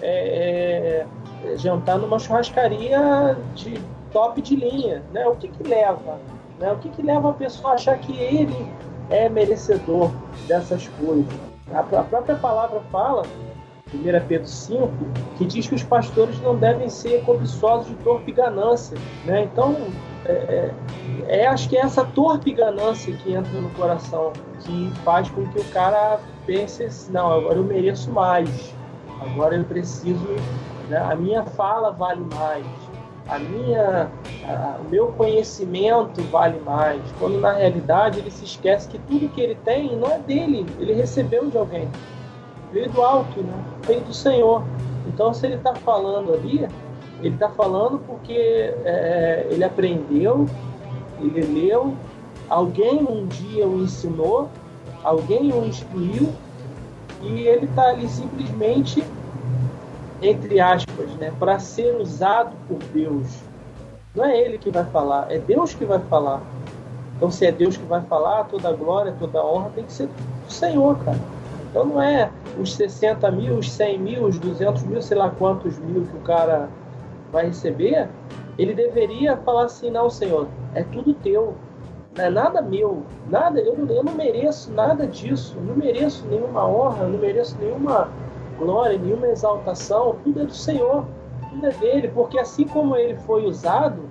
E: é, é, jantar numa churrascaria de top de linha, né? O que que leva? Né? O que que leva a pessoa a achar que ele é merecedor dessas coisas? A, a própria palavra fala, primeira Pedro cinco, que diz que os pastores não devem ser cobiçosos de torpe ganância, né? Então, é, é, acho que é essa torpe ganância que entra no coração, que faz com que o cara pense assim, não, agora eu mereço mais, agora eu preciso, né? A minha fala vale mais, a minha, a, o meu conhecimento vale mais, quando na realidade ele se esquece que tudo que ele tem não é dele, ele recebeu de alguém. Veio do alto, né? Veio do Senhor. Então, se ele está falando ali, ele está falando porque é, ele aprendeu, ele leu, alguém um dia o ensinou, alguém o instruiu, e ele está ali simplesmente, entre aspas, né, para ser usado por Deus. Não é ele que vai falar, é Deus que vai falar. Então, se é Deus que vai falar, toda a glória, toda a honra tem que ser do Senhor, cara. Então não é os sessenta mil, os cem mil, os duzentos mil, sei lá quantos mil que o cara vai receber. Ele deveria falar assim, não, Senhor, é tudo teu, não é nada meu, nada, eu, eu não mereço nada disso, eu não mereço nenhuma honra, eu não mereço nenhuma glória, nenhuma exaltação, tudo é do Senhor, tudo é dele, porque assim como ele foi usado,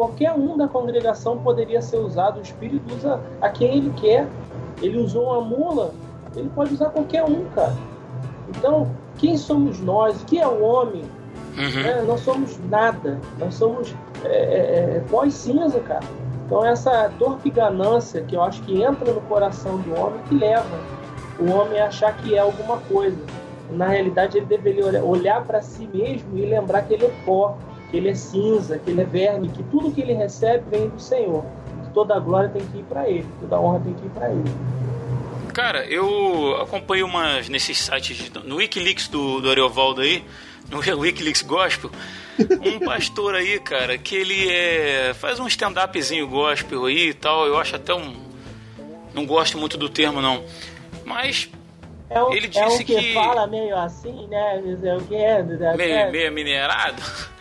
E: qualquer um da congregação poderia ser usado. O Espírito usa a quem ele quer. Ele usou uma mula, ele pode usar qualquer um, cara. Então, quem somos nós? O que é o homem?
B: Uhum.
E: É, nós somos nada. Nós somos é, é, pó e cinza, cara. Então, essa torpe ganância que eu acho que entra no coração do homem, que leva o homem a achar que é alguma coisa. Na realidade, ele deveria olhar para si mesmo e lembrar que ele é pó, que ele é cinza, que ele é verme, que tudo que ele recebe vem do Senhor. Que toda a glória tem que ir para ele, toda a honra tem que ir para ele.
B: Cara, eu acompanho umas nesses sites, no Wikileaks do, do Ariovaldo aí, no Wikileaks Gospel, um pastor aí, cara, que ele é, faz um stand-upzinho gospel aí e tal. Eu acho até um... Não gosto muito do termo, não. Mas...
E: É um,
B: ele disse
E: é um que,
B: que
E: fala meio assim, né? É o que é, é,
B: meio, meio minerado.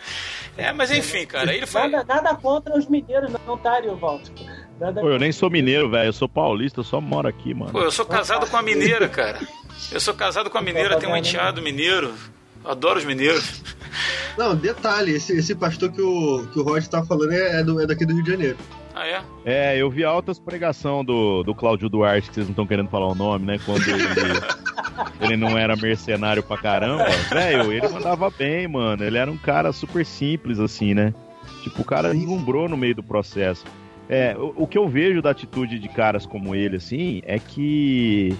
B: É, mas enfim, cara, ele foi...
E: Nada, nada contra os mineiros, não, tá, Ariovaldo?
D: Pô, eu nem sou mineiro, velho. Eu sou paulista, eu só moro aqui, mano.
B: Pô, eu sou casado com a mineira, cara. Eu sou casado com a mineira, tenho um enteado mineiro. Adoro os mineiros.
C: Não, detalhe, esse, esse pastor que o, que o Rod tá falando é, é, do, é daqui do Rio de Janeiro.
B: Ah, é?
D: É, eu vi altas pregação do, do Cláudio Duarte, que vocês não estão querendo falar o nome, né? Quando ele, ele não era mercenário pra caramba. Velho, ele mandava bem, mano. Ele era um cara super simples, assim, né? Tipo, o cara deslumbrou no meio do processo. É, o, o que eu vejo da atitude de caras como ele, assim, é que...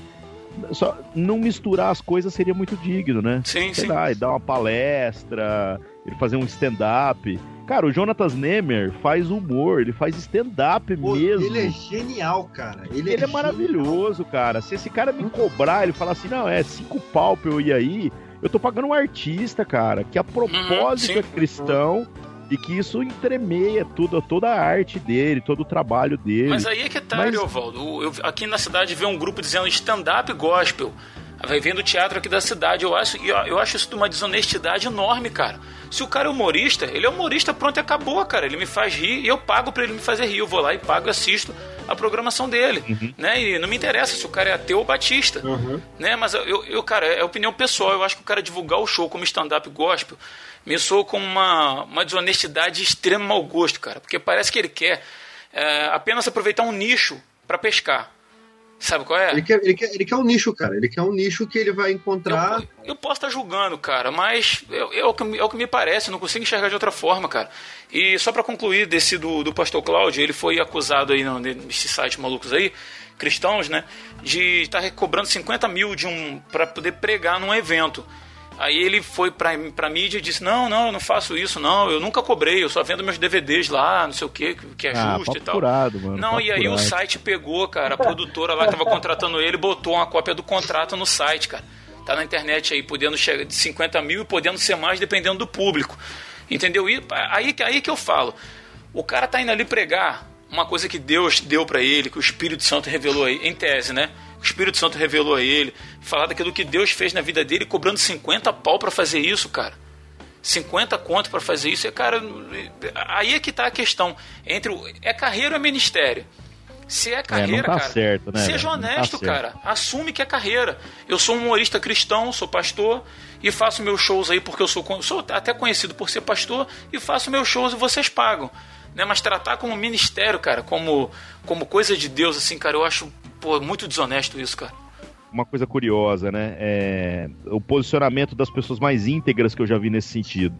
D: Só não misturar as coisas seria muito digno, né?
B: Sim,
D: Sei
B: sim.
D: lá, ele dar uma palestra, ele fazer um stand-up. Cara, o Jonatas Nemer faz humor, ele faz stand-up
C: Pô,
D: mesmo.
C: Ele é genial, cara. Ele,
D: Ele
C: é,
D: é maravilhoso, cara. Se esse cara me cobrar, ele falar assim, não, é cinco pau pra eu ir aí, eu tô pagando um artista, cara, que a propósito
B: Uhum,
D: é cristão e que isso entremeia tudo, toda a arte dele, todo o trabalho dele.
B: Mas aí é que tá,
D: Mas...
B: Ariovaldo. Eu, aqui na cidade vê um grupo dizendo stand-up gospel. Vai vendo o teatro aqui da cidade. Eu acho, eu, eu acho isso de uma desonestidade enorme, cara. Se o cara é humorista, ele é humorista, pronto, e acabou, cara. Ele me faz rir e eu pago pra ele me fazer rir. Eu vou lá e pago e assisto a programação dele. Uhum. Né? E não me interessa se o cara é ateu ou batista. Uhum. Né? Mas eu, eu, cara, é opinião pessoal. Eu acho que o cara divulgar o show como stand-up gospel me soa como uma, uma desonestidade de extremo mau gosto, cara. Porque parece que ele quer é, apenas aproveitar um nicho pra pescar. Sabe qual é?
C: Ele quer, ele, quer, ele quer um nicho, cara. Ele quer um nicho que ele vai encontrar...
B: Eu, eu posso estar julgando, cara, mas eu, eu, é, o que, é o que me parece. Não consigo enxergar de outra forma, cara. E só pra concluir desse do, do pastor Cláudio, ele foi acusado aí nesses sites malucos aí, cristãos, né, de estar cobrando cinquenta mil de um, pra poder pregar num evento. Aí ele foi pra, pra mídia e disse, não, não, eu não faço isso, não, eu nunca cobrei, eu só vendo meus D V Ds lá, não sei o que, que é
D: ah,
B: justo e tal.
D: Furado, mano,
B: não, e aí
D: furado.
B: O site pegou, cara, a produtora lá que tava contratando ele, botou uma cópia do contrato no site, cara. Tá na internet aí, podendo chegar de cinquenta mil e podendo ser mais dependendo do público. Entendeu? E aí, aí que eu falo, o cara tá indo ali pregar uma coisa que Deus deu pra ele, que o Espírito Santo revelou aí, em tese, né? O Espírito Santo revelou a ele, falar daquilo que Deus fez na vida dele, cobrando cinquenta pau pra fazer isso, cara. cinquenta conto pra fazer isso. E, cara, aí é que tá a questão. Entre o, é carreira ou é ministério? Se é carreira,
D: é, não tá
B: cara,
D: certo, né,
B: seja
D: velho?
B: honesto,
D: Não tá
B: cara. Assume que é carreira. Eu sou um humorista cristão, sou pastor e faço meus shows aí porque eu sou, sou até conhecido por ser pastor e faço meus shows e vocês pagam. Né? Mas tratar como ministério, cara, como, como coisa de Deus, assim, cara, eu acho pô, muito desonesto isso, cara.
D: Uma coisa curiosa, né? É o posicionamento das pessoas mais íntegras que eu já vi nesse sentido.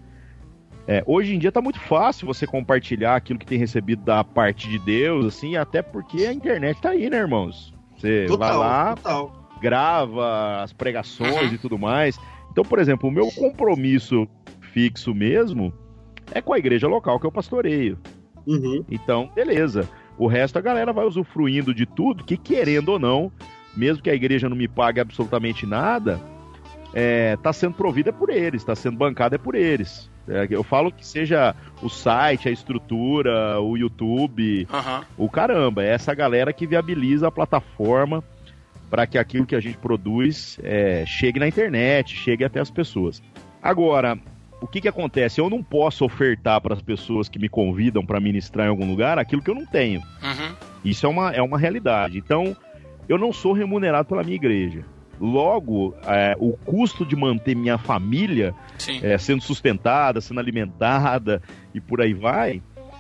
D: É, hoje em dia tá muito fácil você compartilhar aquilo que tem recebido da parte de Deus, assim, até porque a internet tá aí, né, irmãos? Você total, vai lá, total. grava as pregações uhum. e tudo mais. Então, por exemplo, o meu compromisso fixo mesmo é com a igreja local que eu pastoreio. Uhum. Então, beleza. O resto a galera vai usufruindo de tudo, que querendo ou não, mesmo que a igreja não me pague absolutamente nada, é, tá sendo provida por eles, tá sendo bancada é por eles. É, eu falo que seja o site, a estrutura, o YouTube, uhum. o caramba, é essa galera que viabiliza a plataforma para que aquilo que a gente produz é, chegue na internet, chegue até as pessoas. Agora, o que que acontece? Eu não posso ofertar para as pessoas que me convidam para ministrar em algum lugar aquilo que eu não tenho. Uhum. Isso é uma, é uma realidade. Então, eu não sou remunerado pela minha igreja. Logo, é, o custo de manter minha família é, sendo sustentada, sendo alimentada e por aí vai,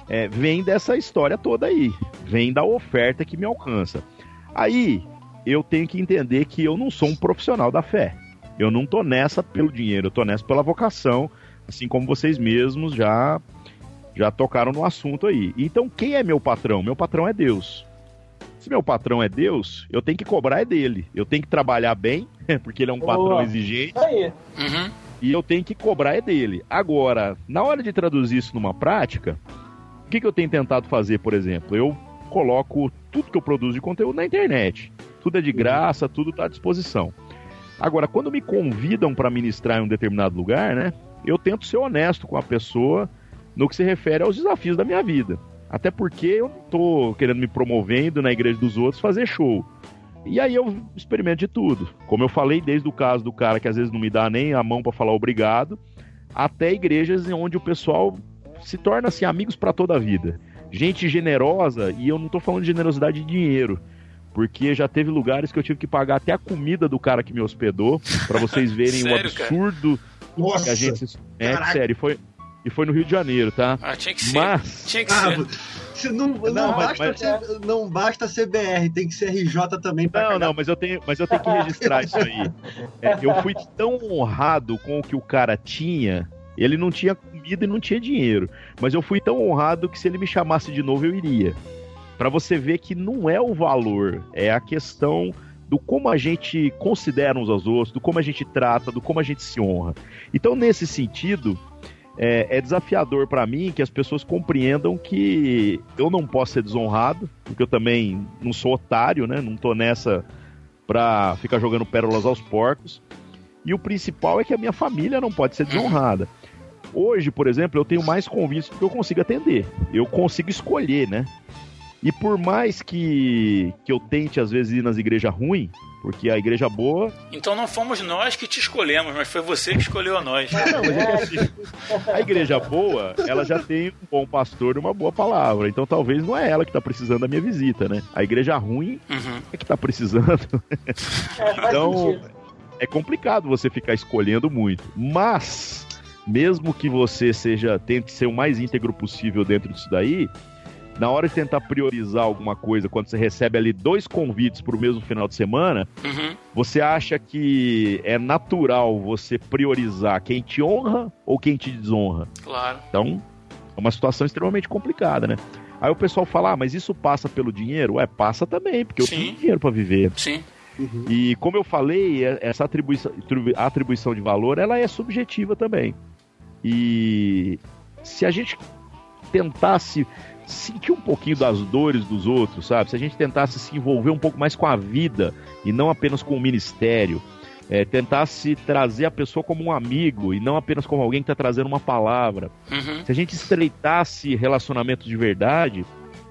D: é, vem dessa história toda aí. Vem da oferta que me alcança. Aí, eu tenho que entender que eu não sou um profissional da fé. Eu não tô nessa pelo dinheiro, eu tô nessa pela vocação, assim como vocês mesmos já, já tocaram no assunto aí. Então, quem é meu patrão? Meu patrão é Deus. Se meu patrão é Deus, eu tenho que cobrar é dele. Eu tenho que trabalhar bem, porque ele é um patrão
E: Boa.
D: exigente.
E: Aí.
B: Uhum.
D: E eu tenho que cobrar é dele. Agora, na hora de traduzir isso numa prática, o que, que eu tenho tentado fazer, por exemplo? Eu coloco tudo que eu produzo de conteúdo na internet. Tudo é de graça, tudo está à disposição. Agora, quando me convidam para ministrar em um determinado lugar, né, eu tento ser honesto com a pessoa no que se refere aos desafios da minha vida. Até porque eu não estou querendo me promovendo na igreja dos outros fazer show. E aí eu experimento de tudo. Como eu falei, desde o caso do cara que às vezes não me dá nem a mão para falar obrigado, até igrejas onde o pessoal se torna assim, amigos para toda a vida. Gente generosa, e eu não estou falando de generosidade de dinheiro, porque já teve lugares que eu tive que pagar até a comida do cara que me hospedou, para vocês verem
B: Sério,
D: o absurdo
C: Nossa,
D: que a gente... É,
C: caraca.
D: sério, e foi, e foi no Rio de Janeiro, tá?
B: Ah, tinha que ser.
D: Mas...
B: Tinha que
C: Ah,
B: ser.
C: se não, não,
D: Não, mas-
C: basta
D: mas-
C: ser, não basta ser B R, tem que ser R J também pra
D: Não,
C: cagar.
D: não, mas eu tenho, mas eu tenho que registrar isso aí. É, eu fui tão honrado com o que o cara tinha. Ele não tinha comida e não tinha dinheiro. Mas eu fui tão honrado que se ele me chamasse de novo, eu iria. Pra você ver que não é o valor, é a questão do como a gente considera uns aos outros, do como a gente trata, do como a gente se honra. Então, nesse sentido, é, é desafiador pra mim que as pessoas compreendam que eu não posso ser desonrado, porque eu também não sou otário, né? Não tô nessa pra ficar jogando pérolas aos porcos. E o principal é que a minha família não pode ser desonrada. Hoje, por exemplo, eu tenho mais convites do que eu consigo atender. Eu consigo escolher, né? E por mais que, que eu tente, às vezes, ir nas igrejas ruins, porque a igreja boa...
B: Então não fomos nós que te escolhemos, mas foi você que escolheu a nós.
D: Não, mas é que assim, a igreja boa, ela já tem um bom pastor e uma boa palavra. Então talvez não é ela que está precisando da minha visita, né? A igreja ruim
B: Uhum.
D: é que está precisando.
E: É, faz
D: Então,
E: sentido.
D: é complicado você ficar escolhendo muito. Mas, mesmo que você seja tente ser o mais íntegro possível dentro disso daí, na hora de tentar priorizar alguma coisa, quando você recebe ali dois convites para o mesmo final de semana,
B: Uhum.
D: você acha que é natural você priorizar quem te honra ou quem te desonra?
B: Claro.
D: Então, é uma situação extremamente complicada, né? Aí o pessoal fala, ah, mas isso passa pelo dinheiro? Ué, passa também, porque eu
B: Sim.
D: tenho dinheiro para viver.
B: Sim.
C: Uhum.
D: E como eu falei, essa atribuição, atribuição de valor, ela é subjetiva também. E se a gente tentasse sentir um pouquinho das dores dos outros, sabe? Se a gente tentasse se envolver um pouco mais com a vida e não apenas com o ministério, é, tentasse trazer a pessoa como um amigo e não apenas como alguém que está trazendo uma palavra.
B: Uhum.
D: Se a gente estreitasse relacionamentos de verdade,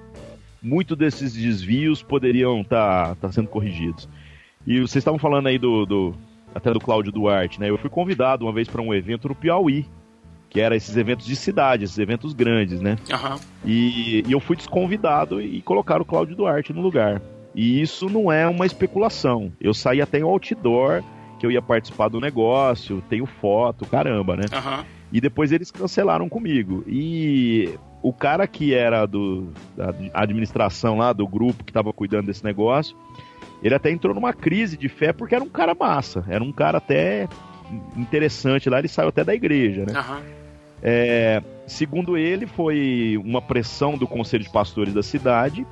D: muito desses desvios poderiam estar tá, tá sendo corrigidos. E vocês estavam falando aí do, do até do Cláudio Duarte, né? Eu fui convidado uma vez para um evento no Piauí, que era esses eventos de cidade, esses eventos grandes, né?
B: Uhum.
D: E, e eu fui desconvidado e colocaram o Cláudio Duarte no lugar. E isso não é uma especulação. Eu saí até em outdoor, que eu ia participar do negócio, tenho foto, caramba, né?
B: Uhum.
D: E depois eles cancelaram comigo. E o cara que era do, da administração lá, do grupo que estava cuidando desse negócio, ele até entrou numa crise de fé porque era um cara massa, era um cara até interessante lá, ele saiu até da igreja, né?
B: Uhum.
D: É, segundo ele, foi uma pressão do Conselho de Pastores da cidade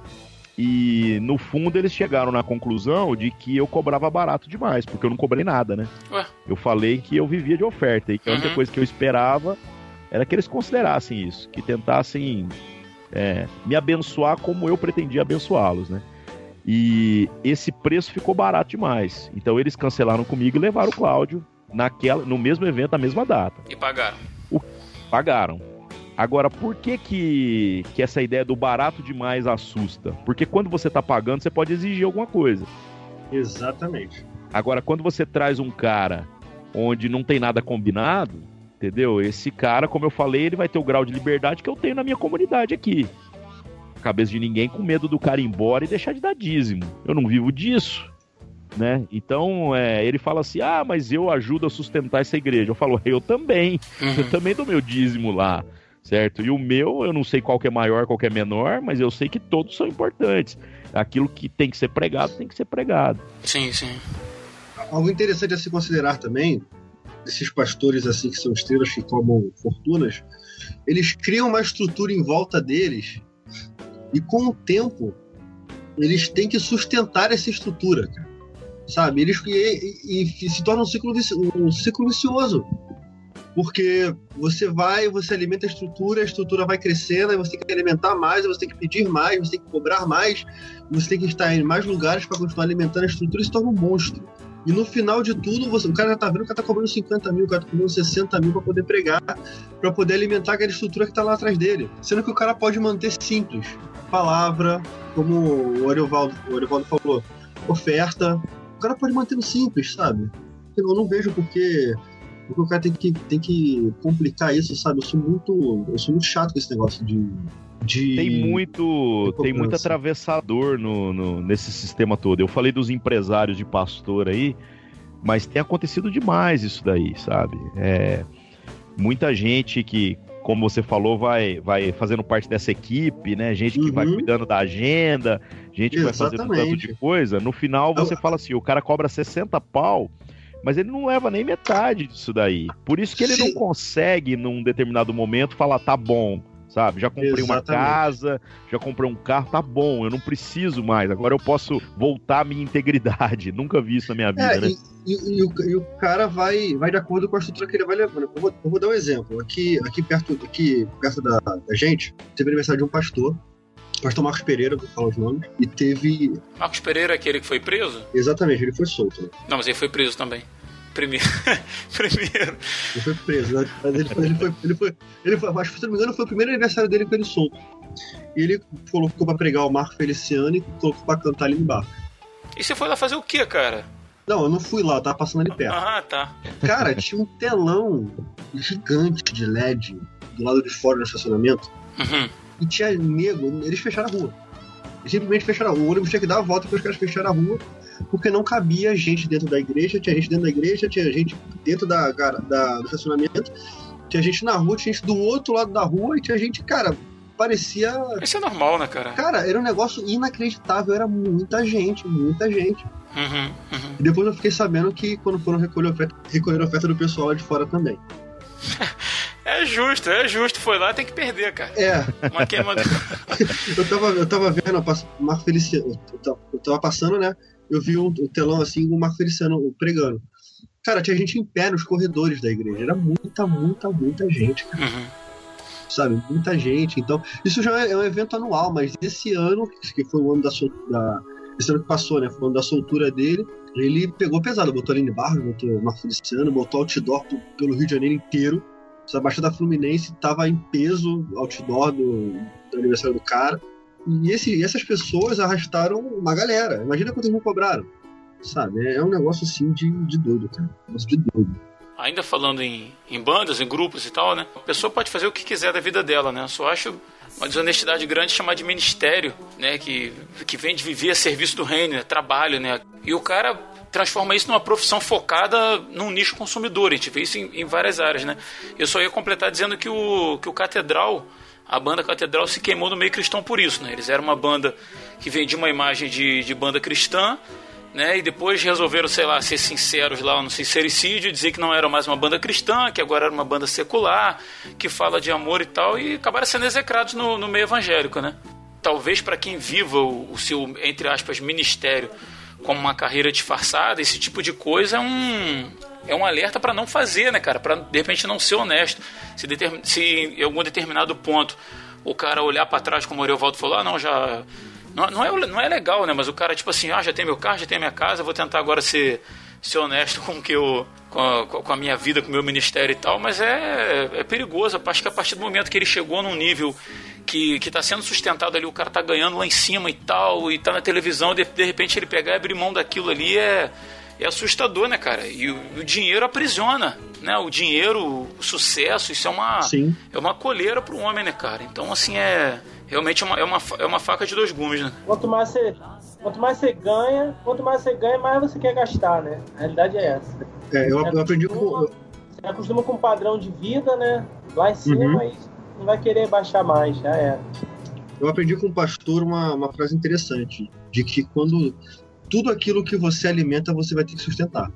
D: e, no fundo, eles chegaram na conclusão de que eu cobrava barato demais, porque eu não cobrei nada, né?
B: Ué.
D: Eu falei que eu vivia de oferta e que a única
B: Uhum.
D: coisa que eu esperava era que eles considerassem isso, que tentassem é, me abençoar como eu pretendia abençoá-los, né? E esse preço ficou barato demais. Então eles cancelaram comigo e levaram o Cláudio naquela, no mesmo evento, na mesma data.
B: E pagaram.
D: Pagaram. Agora, por que que, que essa ideia do barato demais assusta? Porque quando você tá pagando, você pode exigir alguma coisa.
C: Exatamente.
D: Agora, quando você traz um cara onde não tem nada combinado, entendeu? Esse cara, como eu falei, ele vai ter o grau de liberdade que eu tenho na minha comunidade aqui. Cabeça de ninguém com medo do cara ir embora e deixar de dar dízimo. Eu não vivo disso, né? Então, é, ele fala assim, ah, mas eu ajudo a sustentar essa igreja. Eu falo, eu também.
B: Uhum.
D: Eu também dou meu dízimo lá. certo? E o meu, eu não sei qual que é maior, qual que é menor, mas eu sei que todos são importantes. Aquilo que tem que ser pregado, tem que ser pregado.
B: Sim, sim.
C: Algo interessante a se considerar também, esses pastores assim que são estrelas que cobram fortunas, eles criam uma estrutura em volta deles e com o tempo eles têm que sustentar essa estrutura, cara. Sabe? Eles, e, e, e se torna um ciclo, um ciclo vicioso. Porque você vai, você alimenta a estrutura, a estrutura vai crescendo, aí você tem que alimentar mais, você tem que pedir mais, você tem que cobrar mais, você tem que estar em mais lugares para continuar alimentando a estrutura e se torna um monstro. E no final de tudo, você, o cara já tá vendo que o cara tá cobrando cinquenta mil, o cara tá cobrando sessenta mil para poder pregar, para poder alimentar aquela estrutura que tá lá atrás dele. Sendo que o cara pode manter simples. Palavra, como o Ariovaldo, o Ariovaldo falou, oferta. O cara pode manter no simples, sabe? Eu não vejo porque... Porque o cara tem que, tem que complicar isso, sabe? Eu sou muito, eu sou muito chato com esse negócio de... de
D: tem muito,
C: de
D: tem muito atravessador no, no, nesse sistema todo. Eu falei dos empresários de pastor aí, mas tem acontecido demais isso daí, sabe? É, muita gente que, como você falou, vai, vai fazendo parte dessa equipe, né? Gente que uhum. vai cuidando da agenda, gente que
C: Exatamente.
D: vai fazendo tanto de coisa. No final você Eu... fala assim, o cara cobra sessenta pau, mas ele não leva nem metade disso daí. Por isso que ele Sim. não consegue, num determinado momento, falar, tá bom, sabe? Já comprei Exatamente. uma casa, já comprei um carro, tá bom, eu não preciso mais. Agora eu posso voltar à minha integridade. Nunca vi isso na minha vida,
C: é,
D: né?
C: E, e, e, o, e o cara vai, vai de acordo com a estrutura que ele vai levando. Eu vou, eu vou dar um exemplo. Aqui, aqui, perto, aqui perto da, da gente, teve aniversário de um pastor, pastor Marcos Pereira, vou falar os nomes, e teve...
B: Marcos Pereira é aquele que foi preso?
C: Exatamente, ele foi solto, né?
B: Não, mas ele foi preso também. Primeiro. Primeiro.
C: Ele foi preso, né? Mas ele foi, ele foi, ele foi, ele foi, acho que, se não me engano, foi o primeiro aniversário dele com ele solto. E ele colocou pra pregar o Marco Feliciano e colocou pra cantar ali embaixo.
B: E você foi lá fazer o quê, cara?
C: Não, eu não fui lá, eu tava passando ali perto.
B: Ah, tá.
C: Cara, tinha um telão gigante de L E D do lado de fora do estacionamento.
B: Uhum.
C: E tinha nego, eles fecharam a rua. Eles simplesmente fecharam a rua. O ônibus tinha que dar a volta porque os caras fecharam a rua, porque não cabia gente dentro da igreja, tinha gente dentro da igreja, tinha gente dentro da, da, do estacionamento, tinha gente na rua, tinha gente do outro lado da rua e tinha gente, cara, parecia...
B: Isso é normal, né, cara?
C: Cara, era um negócio inacreditável, era muita gente, muita gente.
B: Uhum, uhum.
C: E depois eu fiquei sabendo que quando foram recolher a oferta, recolher a oferta do pessoal lá de fora também.
B: É justo, é justo. Foi lá, tem que perder, cara.
C: É.
B: Mas quem mandou...
C: eu, tava, eu tava vendo o Marco Feliciano, eu tava, eu tava passando, né? Eu vi um, um telão assim, o Marco Feliciano pregando. Cara, tinha gente em pé nos corredores da igreja. Era muita, muita, muita gente, cara.
B: Uhum.
C: Sabe? Muita gente. Então, isso já é um evento anual, mas esse ano, que foi o ano da, da esse ano que passou, né? Foi o ano da soltura dele. Ele pegou pesado, botou Aline Barros, botou o Marco Feliciano, botou outdoor pelo Rio de Janeiro inteiro. A Baixada Fluminense tava em peso, outdoor do, do aniversário do cara. E esse, essas pessoas arrastaram uma galera. Imagina quantos não cobraram. Sabe? É um negócio assim de, de doido, cara. Um negócio de doido.
B: Ainda falando em, em bandas, em grupos e tal, né? A pessoa pode fazer o que quiser da vida dela, né? Eu só acho uma desonestidade grande chamar de ministério, né? Que, que vem de viver a serviço do reino, né? Trabalho, né? E o cara transforma isso numa profissão focada num nicho consumidor. A gente vê isso em, em várias áreas, né? Eu só ia completar dizendo que o, que o Catedral, a banda Catedral, se queimou no meio cristão por isso, né? Eles eram uma banda que vendia uma imagem de, de banda cristã, né? E depois resolveram, sei lá, ser sinceros lá no sincericídio, dizer que não era mais uma banda cristã, que agora era uma banda secular, que fala de amor e tal, e acabaram sendo execrados no, no meio evangélico, né? Talvez para quem viva o, o seu, entre aspas, ministério como uma carreira disfarçada, esse tipo de coisa é um, é um alerta para não fazer, né, cara? Para, de repente, não ser honesto. Se, determin, se em algum determinado ponto o cara olhar para trás, como o Ariovaldo falou, ah, não, já... Não, não, é, não é legal, né? Mas o cara, tipo assim, ah, já tem meu carro, já tem minha casa, vou tentar agora ser, ser honesto com, que eu, com, a, com a minha vida, com o meu ministério e tal, mas é, é perigoso. Acho que a partir do momento que ele chegou num nível que está sendo sustentado ali, o cara tá ganhando lá em cima e tal, e tá na televisão, de, de repente ele pegar e abrir mão daquilo ali é, é assustador, né, cara? E o, o dinheiro aprisiona, né? O dinheiro, o sucesso, isso é uma, é uma coleira pro homem, né, cara? Então, assim, é realmente uma, é, uma, é uma faca de dois gumes, né?
E: Quanto mais você, quanto mais você ganha, quanto mais você ganha, mais você quer gastar, né? A realidade é essa.
C: É, eu,
E: você
C: eu aprendi
E: acostuma,
C: com...
E: Você acostuma com um padrão de vida, né? Lá em cima,
C: uhum.
E: mas não vai querer baixar mais, já era.
C: Eu aprendi com um pastor uma, uma frase interessante, de que quando tudo aquilo que você alimenta, você vai ter que sustentar.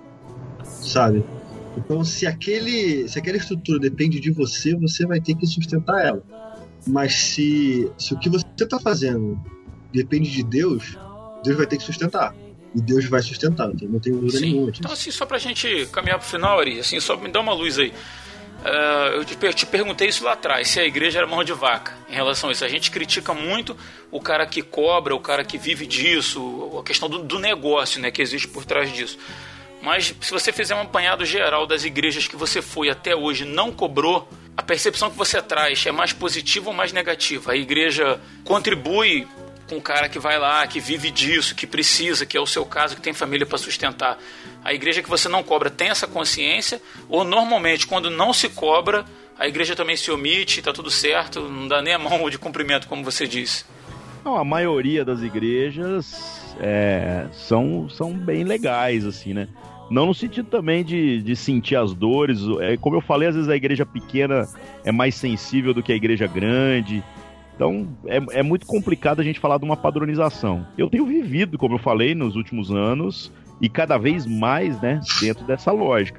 C: Sabe? Então, se, aquele, se aquela estrutura depende de você, você vai ter que sustentar ela. Mas se, se o que você está fazendo depende de Deus, Deus vai ter que sustentar. E Deus vai sustentar, então não tem dúvida nenhuma disso.
B: Então, assim, só pra gente caminhar pro final, Ari, assim, só me dá uma luz aí. Uh, eu te, te perguntei isso lá atrás, se a igreja era mão de vaca em relação a isso. A gente critica muito o cara que cobra, o cara que vive disso, a questão do, do negócio, né, que existe por trás disso. Mas se você fizer um apanhado geral das igrejas que você foi até hoje não cobrou, a percepção que você traz é mais positiva ou mais negativa? A igreja contribui com o cara que vai lá, que vive disso, que precisa, que é o seu caso, que tem família para sustentar. A igreja que você não cobra tem essa consciência? Ou normalmente, quando não se cobra, a igreja também se omite, está tudo certo, não dá nem a mão de cumprimento, como você disse?
D: Não, a maioria das igrejas é, são, são bem legais, assim, né? Não no sentido também de, de sentir as dores. É, como eu falei, às vezes a igreja pequena é mais sensível do que a igreja grande. Então, é, é muito complicado a gente falar de uma padronização. Eu tenho vivido, como eu falei, nos últimos anos, e cada vez mais, né, dentro dessa lógica.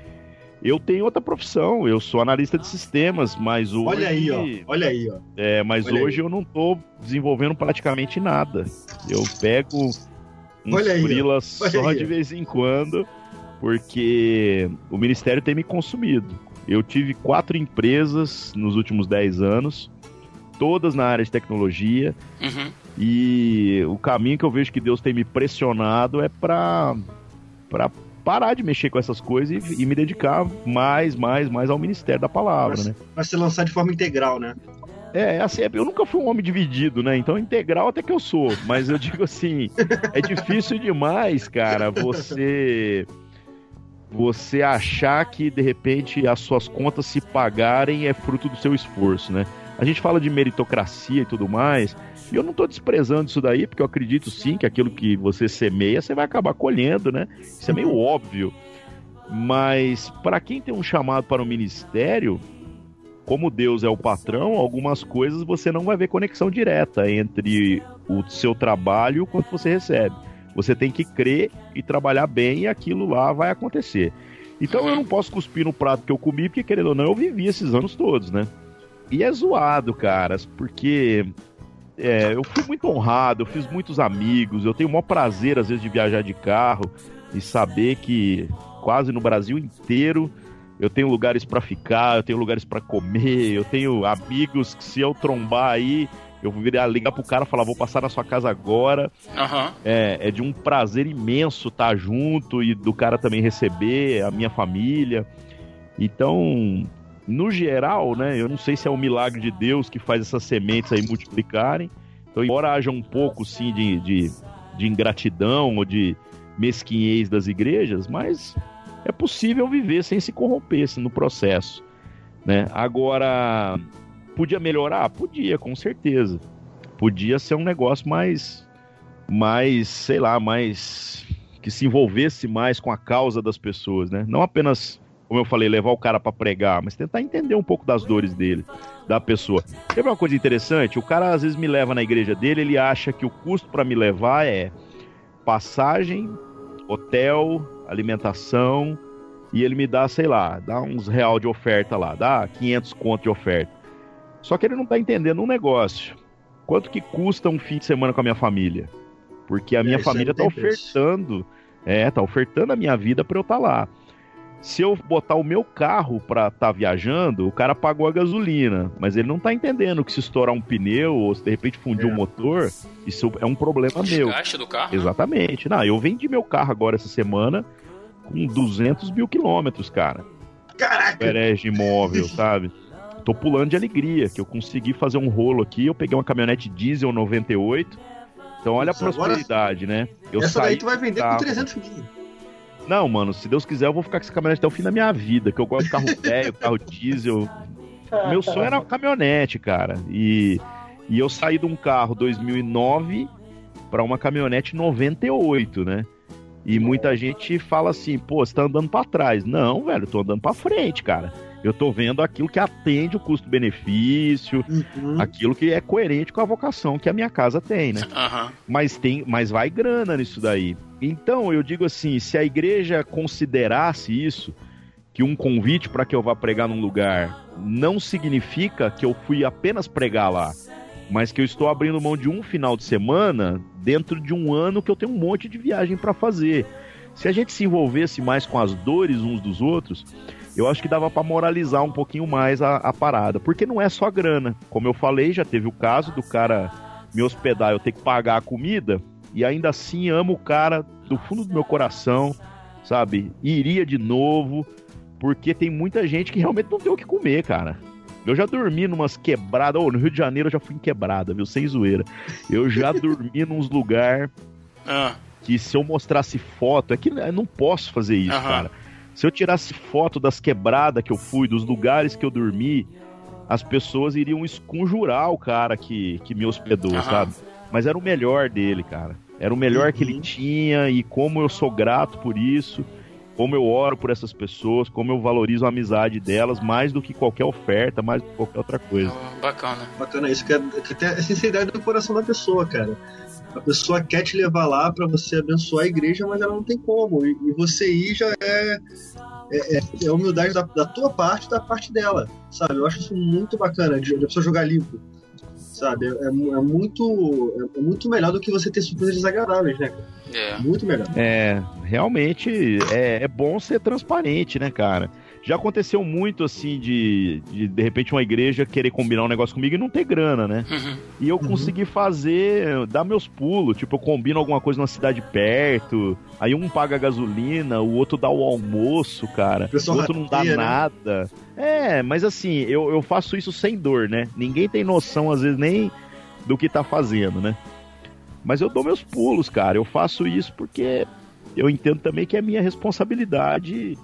D: Eu tenho outra profissão, eu sou analista de sistemas, mas hoje...
C: Olha aí, ó, olha aí, ó.
D: É, mas
C: olha
D: hoje aí. Eu não estou desenvolvendo praticamente nada. Eu pego uns frilas só aí. De vez em quando, porque o ministério tem me consumido. Eu tive quatro empresas nos últimos dez anos, todas na área de tecnologia,
B: uhum.
D: E o caminho que eu vejo que Deus tem me pressionado é para para parar de mexer com essas coisas e, e me dedicar mais, mais, mais ao ministério da palavra,
C: pra,
D: né?
C: Pra se lançar de forma integral, né?
D: É, assim, eu nunca fui um homem dividido, né? Então integral até que eu sou, mas eu digo assim, é difícil demais, cara, você... você achar que, de repente, as suas contas se pagarem é fruto do seu esforço, né? A gente fala de meritocracia e tudo mais, e eu não estou desprezando isso daí, porque eu acredito sim que aquilo que você semeia, você vai acabar colhendo, né? Isso é meio óbvio. Mas, para quem tem um chamado para o ministério, como Deus é o patrão, algumas coisas você não vai ver conexão direta entre o seu trabalho e o quanto você recebe. Você tem que crer e trabalhar bem e aquilo lá vai acontecer. Então eu não posso cuspir no prato que eu comi, porque querendo ou não, eu vivi esses anos todos, né? E é zoado, caras, porque é, eu fui muito honrado, eu fiz muitos amigos, eu tenho o maior prazer, às vezes, de viajar de carro e saber que quase no Brasil inteiro eu tenho lugares pra ficar, eu tenho lugares pra comer, eu tenho amigos que, se eu trombar aí, eu vou virar, ligar pro cara e falar, vou passar na sua casa agora.
B: Uhum.
D: É, é de um prazer imenso estar junto e do cara também receber a minha família. Então, no geral, né, eu não sei se é um milagre de Deus que faz essas sementes aí multiplicarem. Então, embora haja um pouco, sim, de, de, de ingratidão ou de mesquinhez das igrejas, mas é possível viver sem se corromper no processo, né? Agora, podia melhorar? Podia, com certeza. Podia ser um negócio mais, mais, sei lá, mais... que se envolvesse mais com a causa das pessoas, né? Não apenas, como eu falei, levar o cara pra pregar, mas tentar entender um pouco das dores dele, da pessoa. Lembra uma coisa interessante? O cara às vezes me leva na igreja dele, ele acha que o custo pra me levar é passagem, hotel, alimentação, e ele me dá, sei lá, dá uns real de oferta lá, dá quinhentos conto de oferta. Só que ele não tá entendendo um negócio. Quanto que custa um fim de semana com a minha família? Porque a minha é, família tá ofertando, é, tá ofertando a minha vida pra eu estar tá lá. Se eu botar o meu carro pra estar tá viajando, o cara pagou a gasolina, mas ele não tá entendendo que se estourar um pneu ou se de repente fundir é. um motor, isso é um problema meu.
B: Desgaste do carro?
D: Exatamente. Não, eu vendi meu carro agora essa semana com duzentos mil quilômetros, cara.
C: Caraca!
D: Herege imóvel, sabe? Tô pulando de alegria, que eu consegui fazer um rolo aqui, eu peguei uma caminhonete diesel noventa e oito, então olha a prosperidade, agora, né? Eu
C: essa daí tu vai vender carro. Com trezentos mil.
D: Não, mano, se Deus quiser eu vou ficar com essa caminhonete até o fim da minha vida, que eu gosto de carro velho, carro diesel. Meu sonho era uma caminhonete, cara, e, e eu saí de um carro dois mil e nove para uma caminhonete noventa e oito, né? E muita gente fala assim, pô, você tá andando pra trás. Não, velho, eu tô andando pra frente, cara. Eu tô vendo aquilo que atende o custo-benefício, uhum. aquilo que é coerente com a vocação que a minha casa tem, né?
B: Uhum.
D: Mas, tem, mas vai grana nisso daí. Então, eu digo assim, se a igreja considerasse isso, que um convite para que eu vá pregar num lugar não significa que eu fui apenas pregar lá, mas que eu estou abrindo mão de um final de semana dentro de um ano que eu tenho um monte de viagem para fazer. Se a gente se envolvesse mais com as dores uns dos outros, eu acho que dava para moralizar um pouquinho mais a, a parada. Porque não é só grana. Como eu falei, já teve o caso do cara me hospedar, eu ter que pagar a comida, e ainda assim amo o cara do fundo do meu coração, sabe? Iria de novo, porque tem muita gente que realmente não tem o que comer, cara. Eu já dormi numas quebradas, oh, no Rio de Janeiro eu já fui em quebrada, viu? Sem zoeira. Eu já dormi nos lugares
B: ah.
D: que se eu mostrasse foto, é que eu não posso fazer isso, uhum. cara. Se eu tirasse foto das quebradas que eu fui, dos lugares que eu dormi, as pessoas iriam esconjurar o cara que, que me hospedou, uhum. sabe? Mas era o melhor dele, cara. Era o melhor uhum. que ele tinha, e como eu sou grato por isso, como eu oro por essas pessoas, como eu valorizo a amizade delas, mais do que qualquer oferta, mais do que qualquer outra coisa.
B: Oh, bacana.
C: Bacana isso, que é, que é a sinceridade do coração da pessoa, cara. A pessoa quer te levar lá pra você abençoar a igreja, mas ela não tem como. E, e você ir já é, é, é humildade da, da tua parte e da parte dela, sabe? Eu acho isso muito bacana, de, de a pessoa jogar limpo, sabe? É, é, é, muito, é, é muito melhor do que você ter surpresas desagradáveis, né?
B: É.
C: Muito melhor.
D: É, realmente é, é bom ser transparente, né, cara? Já aconteceu muito, assim, de, de de repente uma igreja querer combinar um negócio comigo e não ter grana, né?
B: Uhum.
D: E eu
C: uhum.
D: consegui fazer, dar meus pulos, tipo, eu combino alguma coisa numa cidade perto, aí um paga a gasolina, o outro dá o almoço, cara, o outro não dá
C: rateia,
D: nada. Né? É, mas assim, eu, eu faço isso sem dor, né? Ninguém tem noção, às vezes, nem do que tá fazendo, né? Mas eu dou meus pulos, cara, eu faço isso porque eu entendo também que é minha responsabilidade...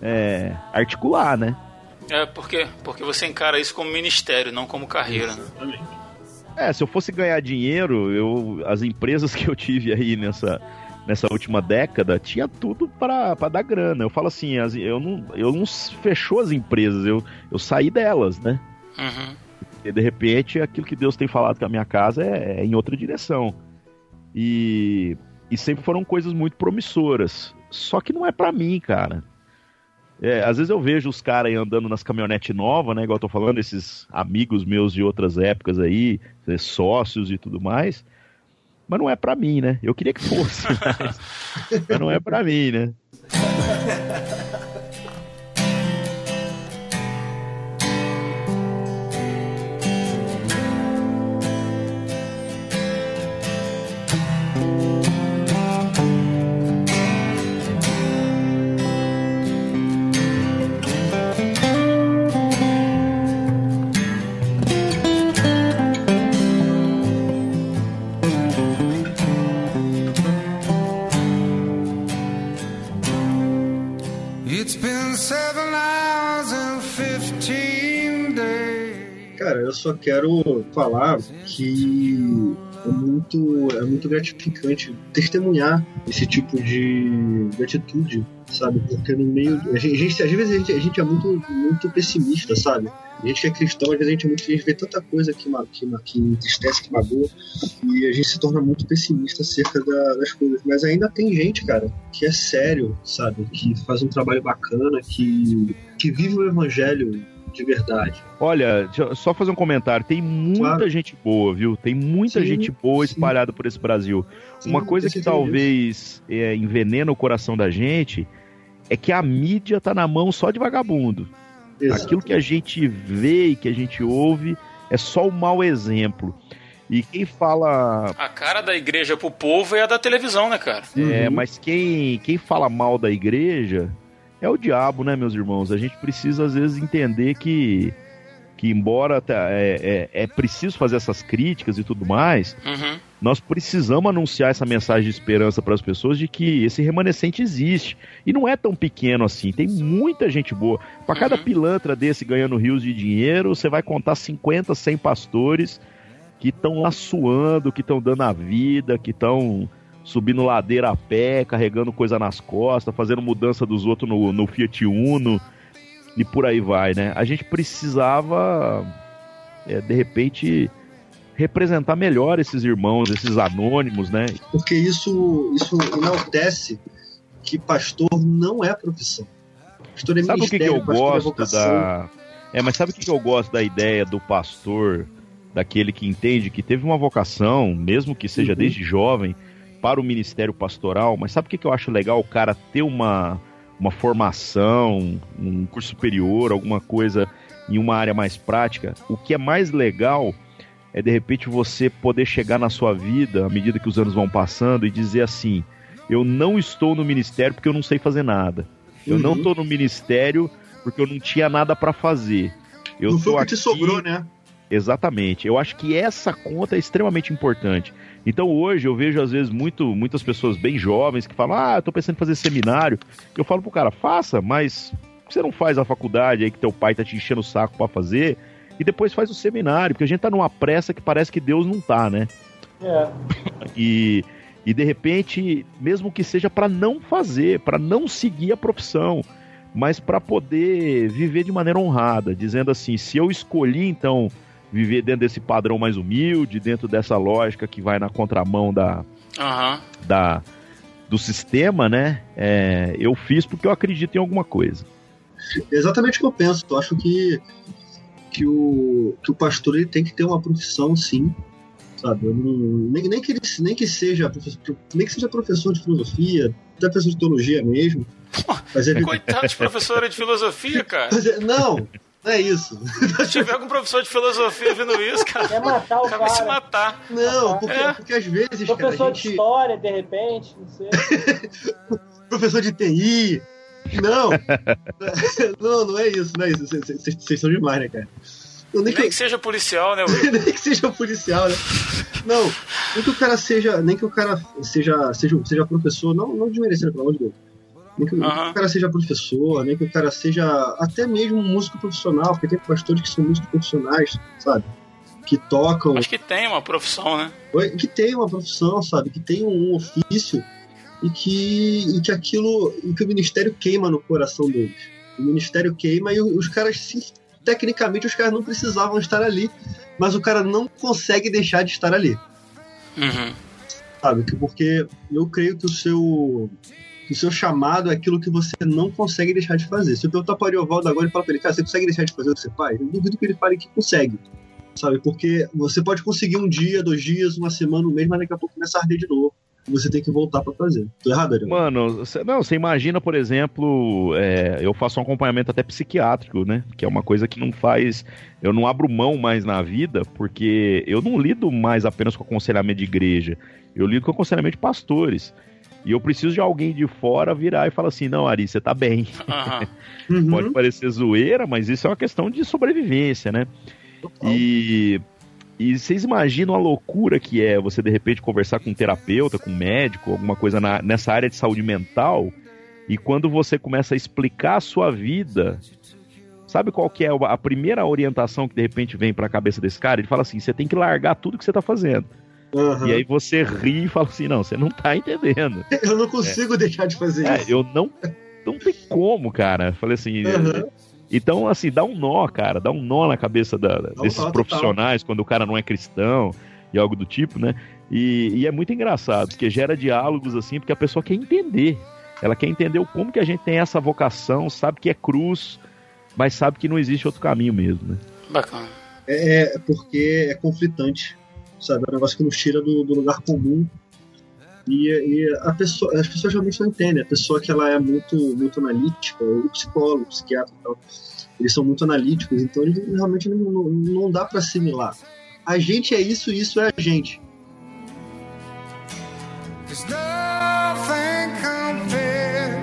D: É, articular, né?
B: É, por quê? Porque você encara isso como ministério, não como carreira, né?
D: É, se eu fosse ganhar dinheiro, eu, as empresas que eu tive aí nessa, nessa última década, tinha tudo para dar grana. Eu falo assim, as, eu, não, eu não fechou as empresas, eu, eu saí delas, né?
B: Uhum.
D: E de repente, aquilo que Deus tem falado com a minha casa é, é em outra direção. E, e sempre foram coisas muito promissoras. Só que não é pra mim, cara. É, às vezes eu vejo os caras aí andando nas caminhonetes novas, né? Igual eu tô falando, esses amigos meus de outras épocas aí, sócios e tudo mais. Mas não é pra mim, né? Eu queria que fosse, mas, mas não é pra mim, né?
C: Cara, eu só quero falar que é muito, é muito gratificante testemunhar esse tipo de, de atitude, sabe? Porque no meio... A gente, às vezes a gente, a gente é muito, muito pessimista, sabe? A gente que é cristão, às vezes a gente, é muito, a gente vê tanta coisa que, que, que entristece, que magoa, e a gente se torna muito pessimista acerca da, das coisas. Mas ainda tem gente, cara, que é sério, sabe? Que faz um trabalho bacana, que, que vive o evangelho de verdade.
D: Olha, deixa eu só fazer um comentário. Tem muita claro. gente boa, viu? Tem muita sim, gente boa espalhada sim. por esse Brasil. Sim, uma coisa que talvez é, envenena o coração da gente é que a mídia tá na mão só de vagabundo. Exato. Aquilo que a gente vê e que a gente ouve é só o mau exemplo. E quem fala...
B: A cara da igreja pro povo é a da televisão, né, cara?
D: É,
C: uhum.
D: mas quem, quem fala mal da igreja é o diabo, né, meus irmãos? A gente precisa, às vezes, entender que, que embora é, é, é preciso fazer essas críticas e tudo mais,
B: uhum.
D: nós precisamos anunciar essa mensagem de esperança para as pessoas de que esse remanescente existe. E não é tão pequeno assim, tem muita gente boa. Para uhum. cada pilantra desse ganhando rios de dinheiro, você vai contar cinquenta, cem pastores que estão lá suando, que estão dando a vida, que estão subindo ladeira a pé, carregando coisa nas costas, fazendo mudança dos outros no, no Fiat Uno. e por aí vai, né? A gente precisava, é, de repente, representar melhor esses irmãos, esses anônimos, né?
C: Porque isso, isso enaltece que pastor não é profissão. Pastor é
D: sabe o que, que eu gosto
C: é
D: da... É, mas sabe o que, que eu gosto da ideia do pastor, daquele que entende que teve uma vocação, mesmo que seja uhum. desde jovem, para o ministério pastoral, mas sabe o que, que eu acho legal? O cara ter uma, uma formação, um curso superior, alguma coisa em uma área mais prática. O que é mais legal é, de repente, você poder chegar na sua vida, à medida que os anos vão passando, e dizer assim, eu não estou no ministério porque eu não sei fazer nada. Eu uhum. não estou no ministério porque eu não tinha nada para fazer. Eu
C: não foi o que
D: aqui...
C: te sobrou, né?
D: Exatamente. Eu acho que essa conta é extremamente importante. Então hoje eu vejo às vezes muito, muitas pessoas bem jovens que falam, ah, eu tô pensando em fazer seminário. Eu falo pro cara, faça, mas por que você não faz a faculdade aí que teu pai tá te enchendo o saco para fazer e depois faz o seminário? Porque a gente tá numa pressa que parece que Deus não tá, né?
E: É.
D: E, e de repente, mesmo que seja para não fazer, para não seguir a profissão, mas para poder viver de maneira honrada, dizendo assim, se eu escolhi então viver dentro desse padrão mais humilde, dentro dessa lógica que vai na contramão da,
B: uhum.
D: da, do sistema, né? É, eu fiz porque eu acredito em alguma coisa.
C: Exatamente o que eu penso. Eu acho que, que, o, que o pastor ele tem que ter uma profissão, sim. Sabe? Eu não, nem, nem, que ele, nem, que seja professor, nem que seja professor de filosofia, até professor de teologia mesmo.
B: Mas ele... Coitado de professora de filosofia, cara.
C: É, não. Não é isso.
B: Se tiver algum professor de filosofia vendo isso, cara,
E: é matar o cara.
B: Vai se matar.
C: Não, porque, é. porque às vezes,
E: professor
C: cara, a gente...
E: de história, de repente, não sei.
C: Professor de T I. Não. não, não é isso, não é isso. Vocês são demais, né, cara?
B: Eu, nem, nem que, que seja policial, né, Will?
C: Nem que seja policial, né? Não, nem que o cara seja, nem que o cara seja, seja, seja professor, não, não desmerecendo, pelo amor de Deus. Nem que, uhum. nem que o cara seja professor, nem que o cara seja até mesmo um músico profissional, porque tem pastores que são músicos profissionais, sabe? Que tocam...
B: Acho que tem uma profissão, né?
C: Que tem uma profissão, sabe? Que tem um ofício e que, e que aquilo... E que o ministério queima no coração deles. O ministério queima e os caras, sim, tecnicamente, os caras não precisavam estar ali, mas o cara não consegue deixar de estar ali.
B: Uhum.
C: Sabe? Porque eu creio que o seu... que o seu chamado é aquilo que você não consegue deixar de fazer. Se eu perguntar para o Ariovaldo agora e falar para ele, cara, você consegue deixar de fazer o que você faz? Eu duvido que ele fale que consegue, sabe? Porque você pode conseguir um dia, dois dias, uma semana, um mês, mas daqui a pouco começa a arder de novo. Você tem que voltar para fazer. Tô errado, Ariovaldo?
D: Mano, cê, não, você imagina, por exemplo, é, eu faço um acompanhamento até psiquiátrico, né? Que é uma coisa que não faz... Eu não abro mão mais na vida, porque eu não lido mais apenas com aconselhamento de igreja. Eu lido com aconselhamento de pastores. E eu preciso de alguém de fora virar e falar assim, não, Ari, você tá bem.
B: Uhum.
D: Pode parecer zoeira, mas isso é uma questão de sobrevivência, né? E, e vocês imaginam a loucura que é você, de repente, conversar com um terapeuta, com um médico, alguma coisa na, nessa área de saúde mental, e quando você começa a explicar a sua vida, sabe qual que é a primeira orientação que, de repente, vem pra cabeça desse cara? Ele fala assim, você tem que largar tudo que você tá fazendo. Uhum. E aí você ri e fala assim, não, você não tá entendendo.
C: Eu não consigo é. deixar de fazer
D: é,
C: isso.
D: Eu não, não tem como, cara. Falei assim, uhum. Então assim, dá um nó, cara, dá um nó na cabeça da, desses nó, profissionais total. Quando o cara não é cristão e algo do tipo, né? E, e é muito engraçado, porque gera diálogos assim, porque a pessoa quer entender. Ela quer entender o como que a gente tem essa vocação, sabe que é cruz, mas sabe que não existe outro caminho mesmo, né?
B: Bacana.
C: É, é porque é conflitante. Sabe, é um negócio que nos tira do, do lugar comum e, e a pessoa, as pessoas realmente não entendem. A pessoa que ela é muito, muito analítica, o psicólogo, o psiquiatra e tal, eles são muito analíticos, então eles realmente não, não, não dá para assimilar. A gente é isso e isso é a gente. There's nothing compared,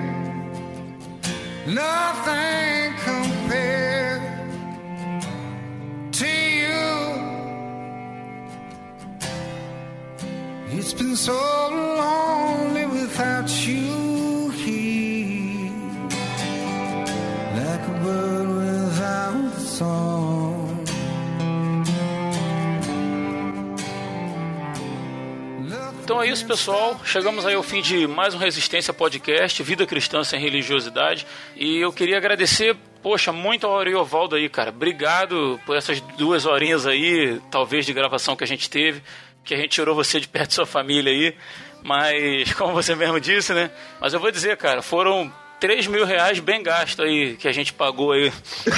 C: nothing compared to you. It's been so lonely without you here, like a bird without a song.
B: Então é isso, pessoal. Chegamos aí ao fim de mais um Resistência Podcast, Vida Cristã Sem Religiosidade. E eu queria agradecer Poxa, muito ao Ariovaldo aí, cara. Obrigado por essas duas horinhas aí, talvez, de gravação que a gente teve, que a gente tirou você de perto da sua família aí. Mas, como você mesmo disse, né? Mas eu vou dizer, cara, foram três mil reais bem gasto aí, que a gente pagou aí.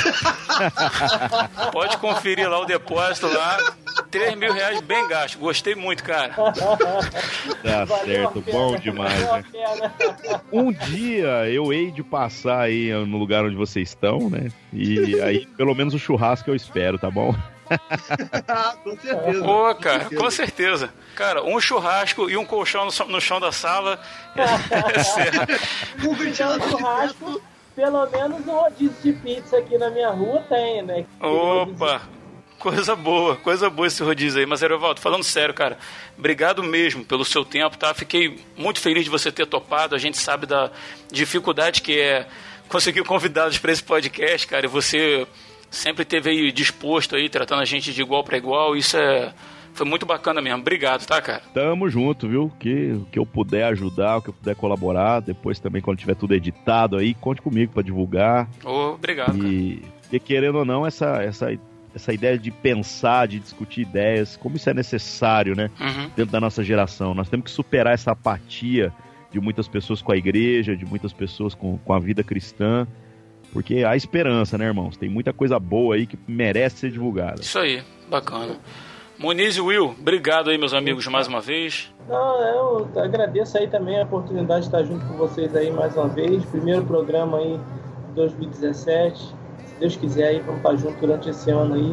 B: Pode conferir lá o depósito lá. três mil reais bem gasto. Gostei muito, cara.
D: Tá certo, bom demais, né? Um dia eu hei de passar aí no lugar onde vocês estão, né? E aí, pelo menos o churrasco eu espero, tá bom?
C: Com certeza.
B: Pô, cara, com certeza. com certeza. Cara, um churrasco e um colchão no, no chão da sala. É certo.
E: Um churrasco, pelo menos um rodízio de pizza aqui na minha rua tem, né?
B: Opa! Coisa boa, coisa boa esse rodízio aí. Mas, Ariovaldo, falando sério, cara, obrigado mesmo pelo seu tempo, tá? Fiquei muito feliz de você ter topado. A gente sabe da dificuldade que é conseguir convidados para esse podcast, cara, e você sempre esteve aí disposto aí, tratando a gente de igual para igual. Isso é... foi muito bacana mesmo. Obrigado, tá, cara?
D: Tamo junto, viu? Que o que eu puder ajudar, o que eu puder colaborar, depois também quando tiver tudo editado aí, conte comigo pra divulgar.
B: Oh, obrigado,
D: e, cara. E querendo ou não, essa, essa, essa ideia de pensar, de discutir ideias, como isso é necessário, né?
B: Uhum.
D: Dentro da nossa geração. Nós temos que superar essa apatia de muitas pessoas com a igreja, de muitas pessoas com, com a vida cristã. Porque há esperança, né, irmãos? Tem muita coisa boa aí que merece ser divulgada.
B: Isso aí, bacana. Muniz e Will, obrigado aí, meus amigos, mais uma vez.
E: Não, eu agradeço aí também a oportunidade de estar junto com vocês aí mais uma vez. Primeiro programa aí de dois mil e dezessete. Se Deus quiser aí, vamos estar juntos durante esse ano aí.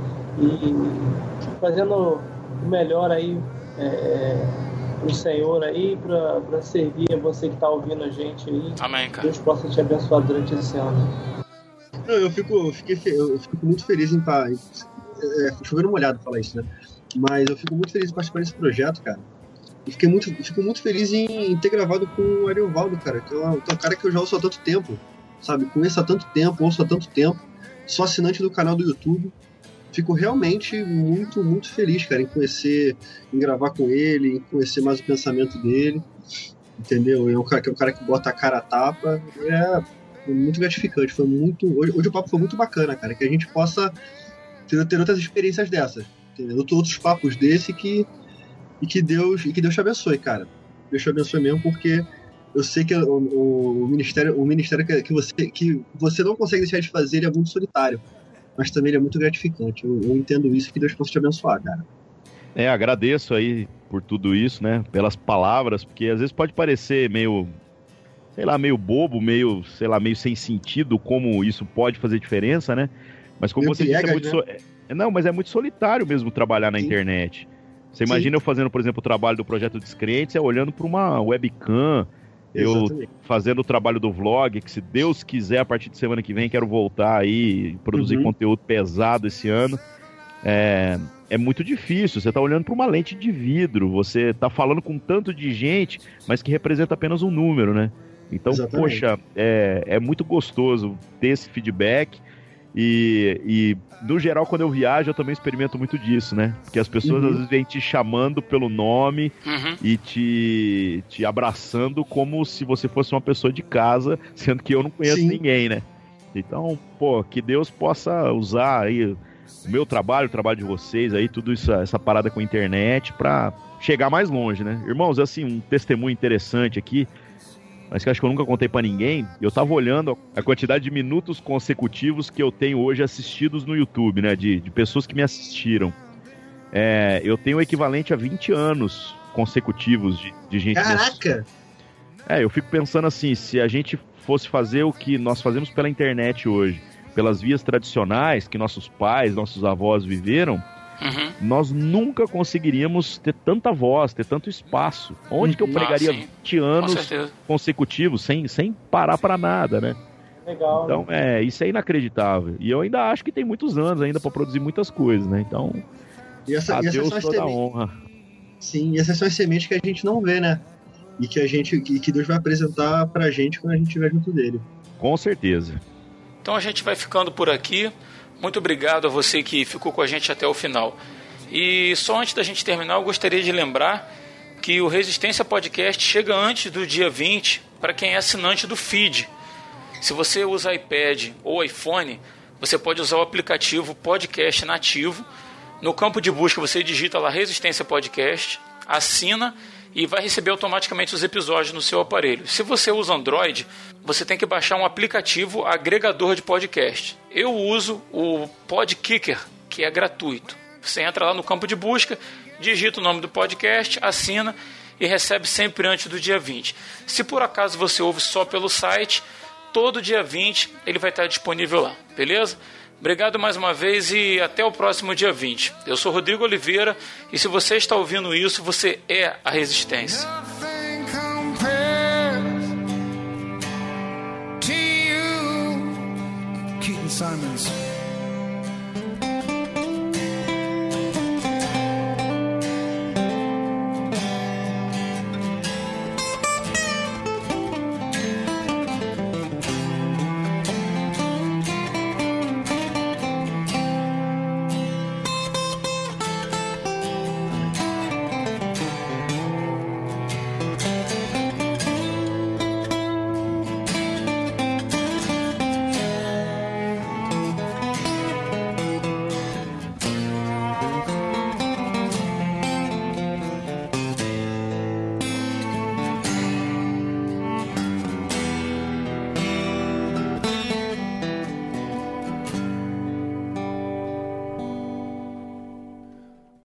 E: E fazendo o melhor aí é, pro Senhor aí, pra, pra servir a você que tá ouvindo a gente aí.
B: Amém, cara.
E: Deus possa te abençoar durante esse ano.
C: Não, eu fico, eu fiquei, eu fico muito feliz em estar... É, chovendo molhado falar isso, né? Mas eu fico muito feliz em participar desse projeto, cara. E fiquei muito, fico muito feliz em, em ter gravado com o Ariovaldo, cara. Que é, um, que é um cara que eu já ouço há tanto tempo, sabe? Conheço há tanto tempo, ouço há tanto tempo. Sou assinante do canal do YouTube. Fico realmente muito, muito feliz, cara, em conhecer, em gravar com ele, em conhecer mais o pensamento dele. Entendeu? É um cara que, é um cara que bota a cara a tapa. É muito gratificante. Foi muito. Hoje, hoje o papo foi muito bacana, cara. Que a gente possa ter, ter outras experiências dessas, entendeu? Outros papos desse que, e que Deus e que Deus te abençoe, cara. Deus te abençoe mesmo, porque eu sei que o, o, o ministério, o ministério que, que, você, que você não consegue deixar de fazer, ele é muito solitário, mas também ele é muito gratificante. Eu, eu entendo isso, que Deus possa te abençoar, cara.
D: É, agradeço aí por tudo isso, né? Pelas palavras, porque às vezes pode parecer meio, sei lá, meio bobo, meio, sei lá, meio sem sentido como isso pode fazer diferença, né? Mas como
C: Meio
D: você disse, é
C: piegas,
D: muito
C: né?
D: so... Não, mas é muito solitário mesmo trabalhar na
C: Sim.
D: internet. Você imagina
C: Sim.
D: eu fazendo, por exemplo, o trabalho do Projeto Descrentes, é olhando para uma webcam,
C: Exatamente.
D: eu fazendo o trabalho do vlog, que se Deus quiser, a partir de semana que vem, quero voltar aí e produzir
C: Uhum.
D: conteúdo pesado esse ano. É, é muito difícil, você tá olhando para uma lente de vidro, você tá falando com tanto de gente, mas que representa apenas um número, né? Então,
C: Exatamente.
D: poxa, é, é muito gostoso ter esse feedback. E, e, no geral, quando eu viajo, eu também experimento muito disso, né? Porque as pessoas,
C: Uhum.
D: às vezes, vêm te chamando pelo nome
B: Uhum.
D: e te, te abraçando como se você fosse uma pessoa de casa, sendo que eu não conheço
C: Sim.
D: ninguém, né? Então, pô, que Deus possa usar aí o meu trabalho, o trabalho de vocês aí, tudo isso, essa parada com a internet pra chegar mais longe, né? Irmãos, assim, um testemunho interessante aqui, mas que eu acho que eu nunca contei pra ninguém. Eu tava olhando a quantidade de minutos consecutivos que eu tenho hoje assistidos no YouTube, né? De, de pessoas que me assistiram. É, eu tenho o equivalente a vinte anos consecutivos de, de gente...
C: Caraca!
D: É, eu fico pensando assim, se a gente fosse fazer o que nós fazemos pela internet hoje, pelas vias tradicionais que nossos pais, nossos avós viveram,
B: Uhum.
D: nós nunca conseguiríamos ter tanta voz, ter tanto espaço. Onde que eu
C: Ah,
D: pregaria
B: sim.
D: vinte
B: Com
D: anos
B: certeza.
D: consecutivos, sem, sem parar pra nada, né?
E: Legal.
D: Então, é, isso é inacreditável. E eu ainda acho que tem muitos anos ainda pra produzir muitas coisas, né? Então,
C: E essa,
D: a
C: e essas
D: Deus
C: são as
D: toda a
C: sementes.
D: honra.
C: Sim, e essas são as sementes que a gente não vê, né? E que a gente, que, que Deus vai apresentar pra gente quando a gente estiver junto dele.
D: Com certeza.
B: Então a gente vai ficando por aqui. Muito obrigado a você que ficou com a gente até o final. E só antes da gente terminar, eu gostaria de lembrar que o Resistência Podcast chega antes do dia vinte para quem é assinante do feed. Se você usa iPad ou iPhone, você pode usar o aplicativo Podcast Nativo. No campo de busca você digita lá Resistência Podcast, assina e vai receber automaticamente os episódios no seu aparelho. Se você usa Android, você tem que baixar um aplicativo agregador de podcast. Eu uso o Podkicker, que é gratuito. Você entra lá no campo de busca, digita o nome do podcast, assina e recebe sempre antes do dia vinte. Se por acaso você ouve só pelo site, todo dia vinte ele vai estar disponível lá, beleza? Obrigado mais uma vez e até o próximo dia vinte. Eu sou Rodrigo Oliveira e se você está ouvindo isso, você é a Resistência.
F: Keaton Simons.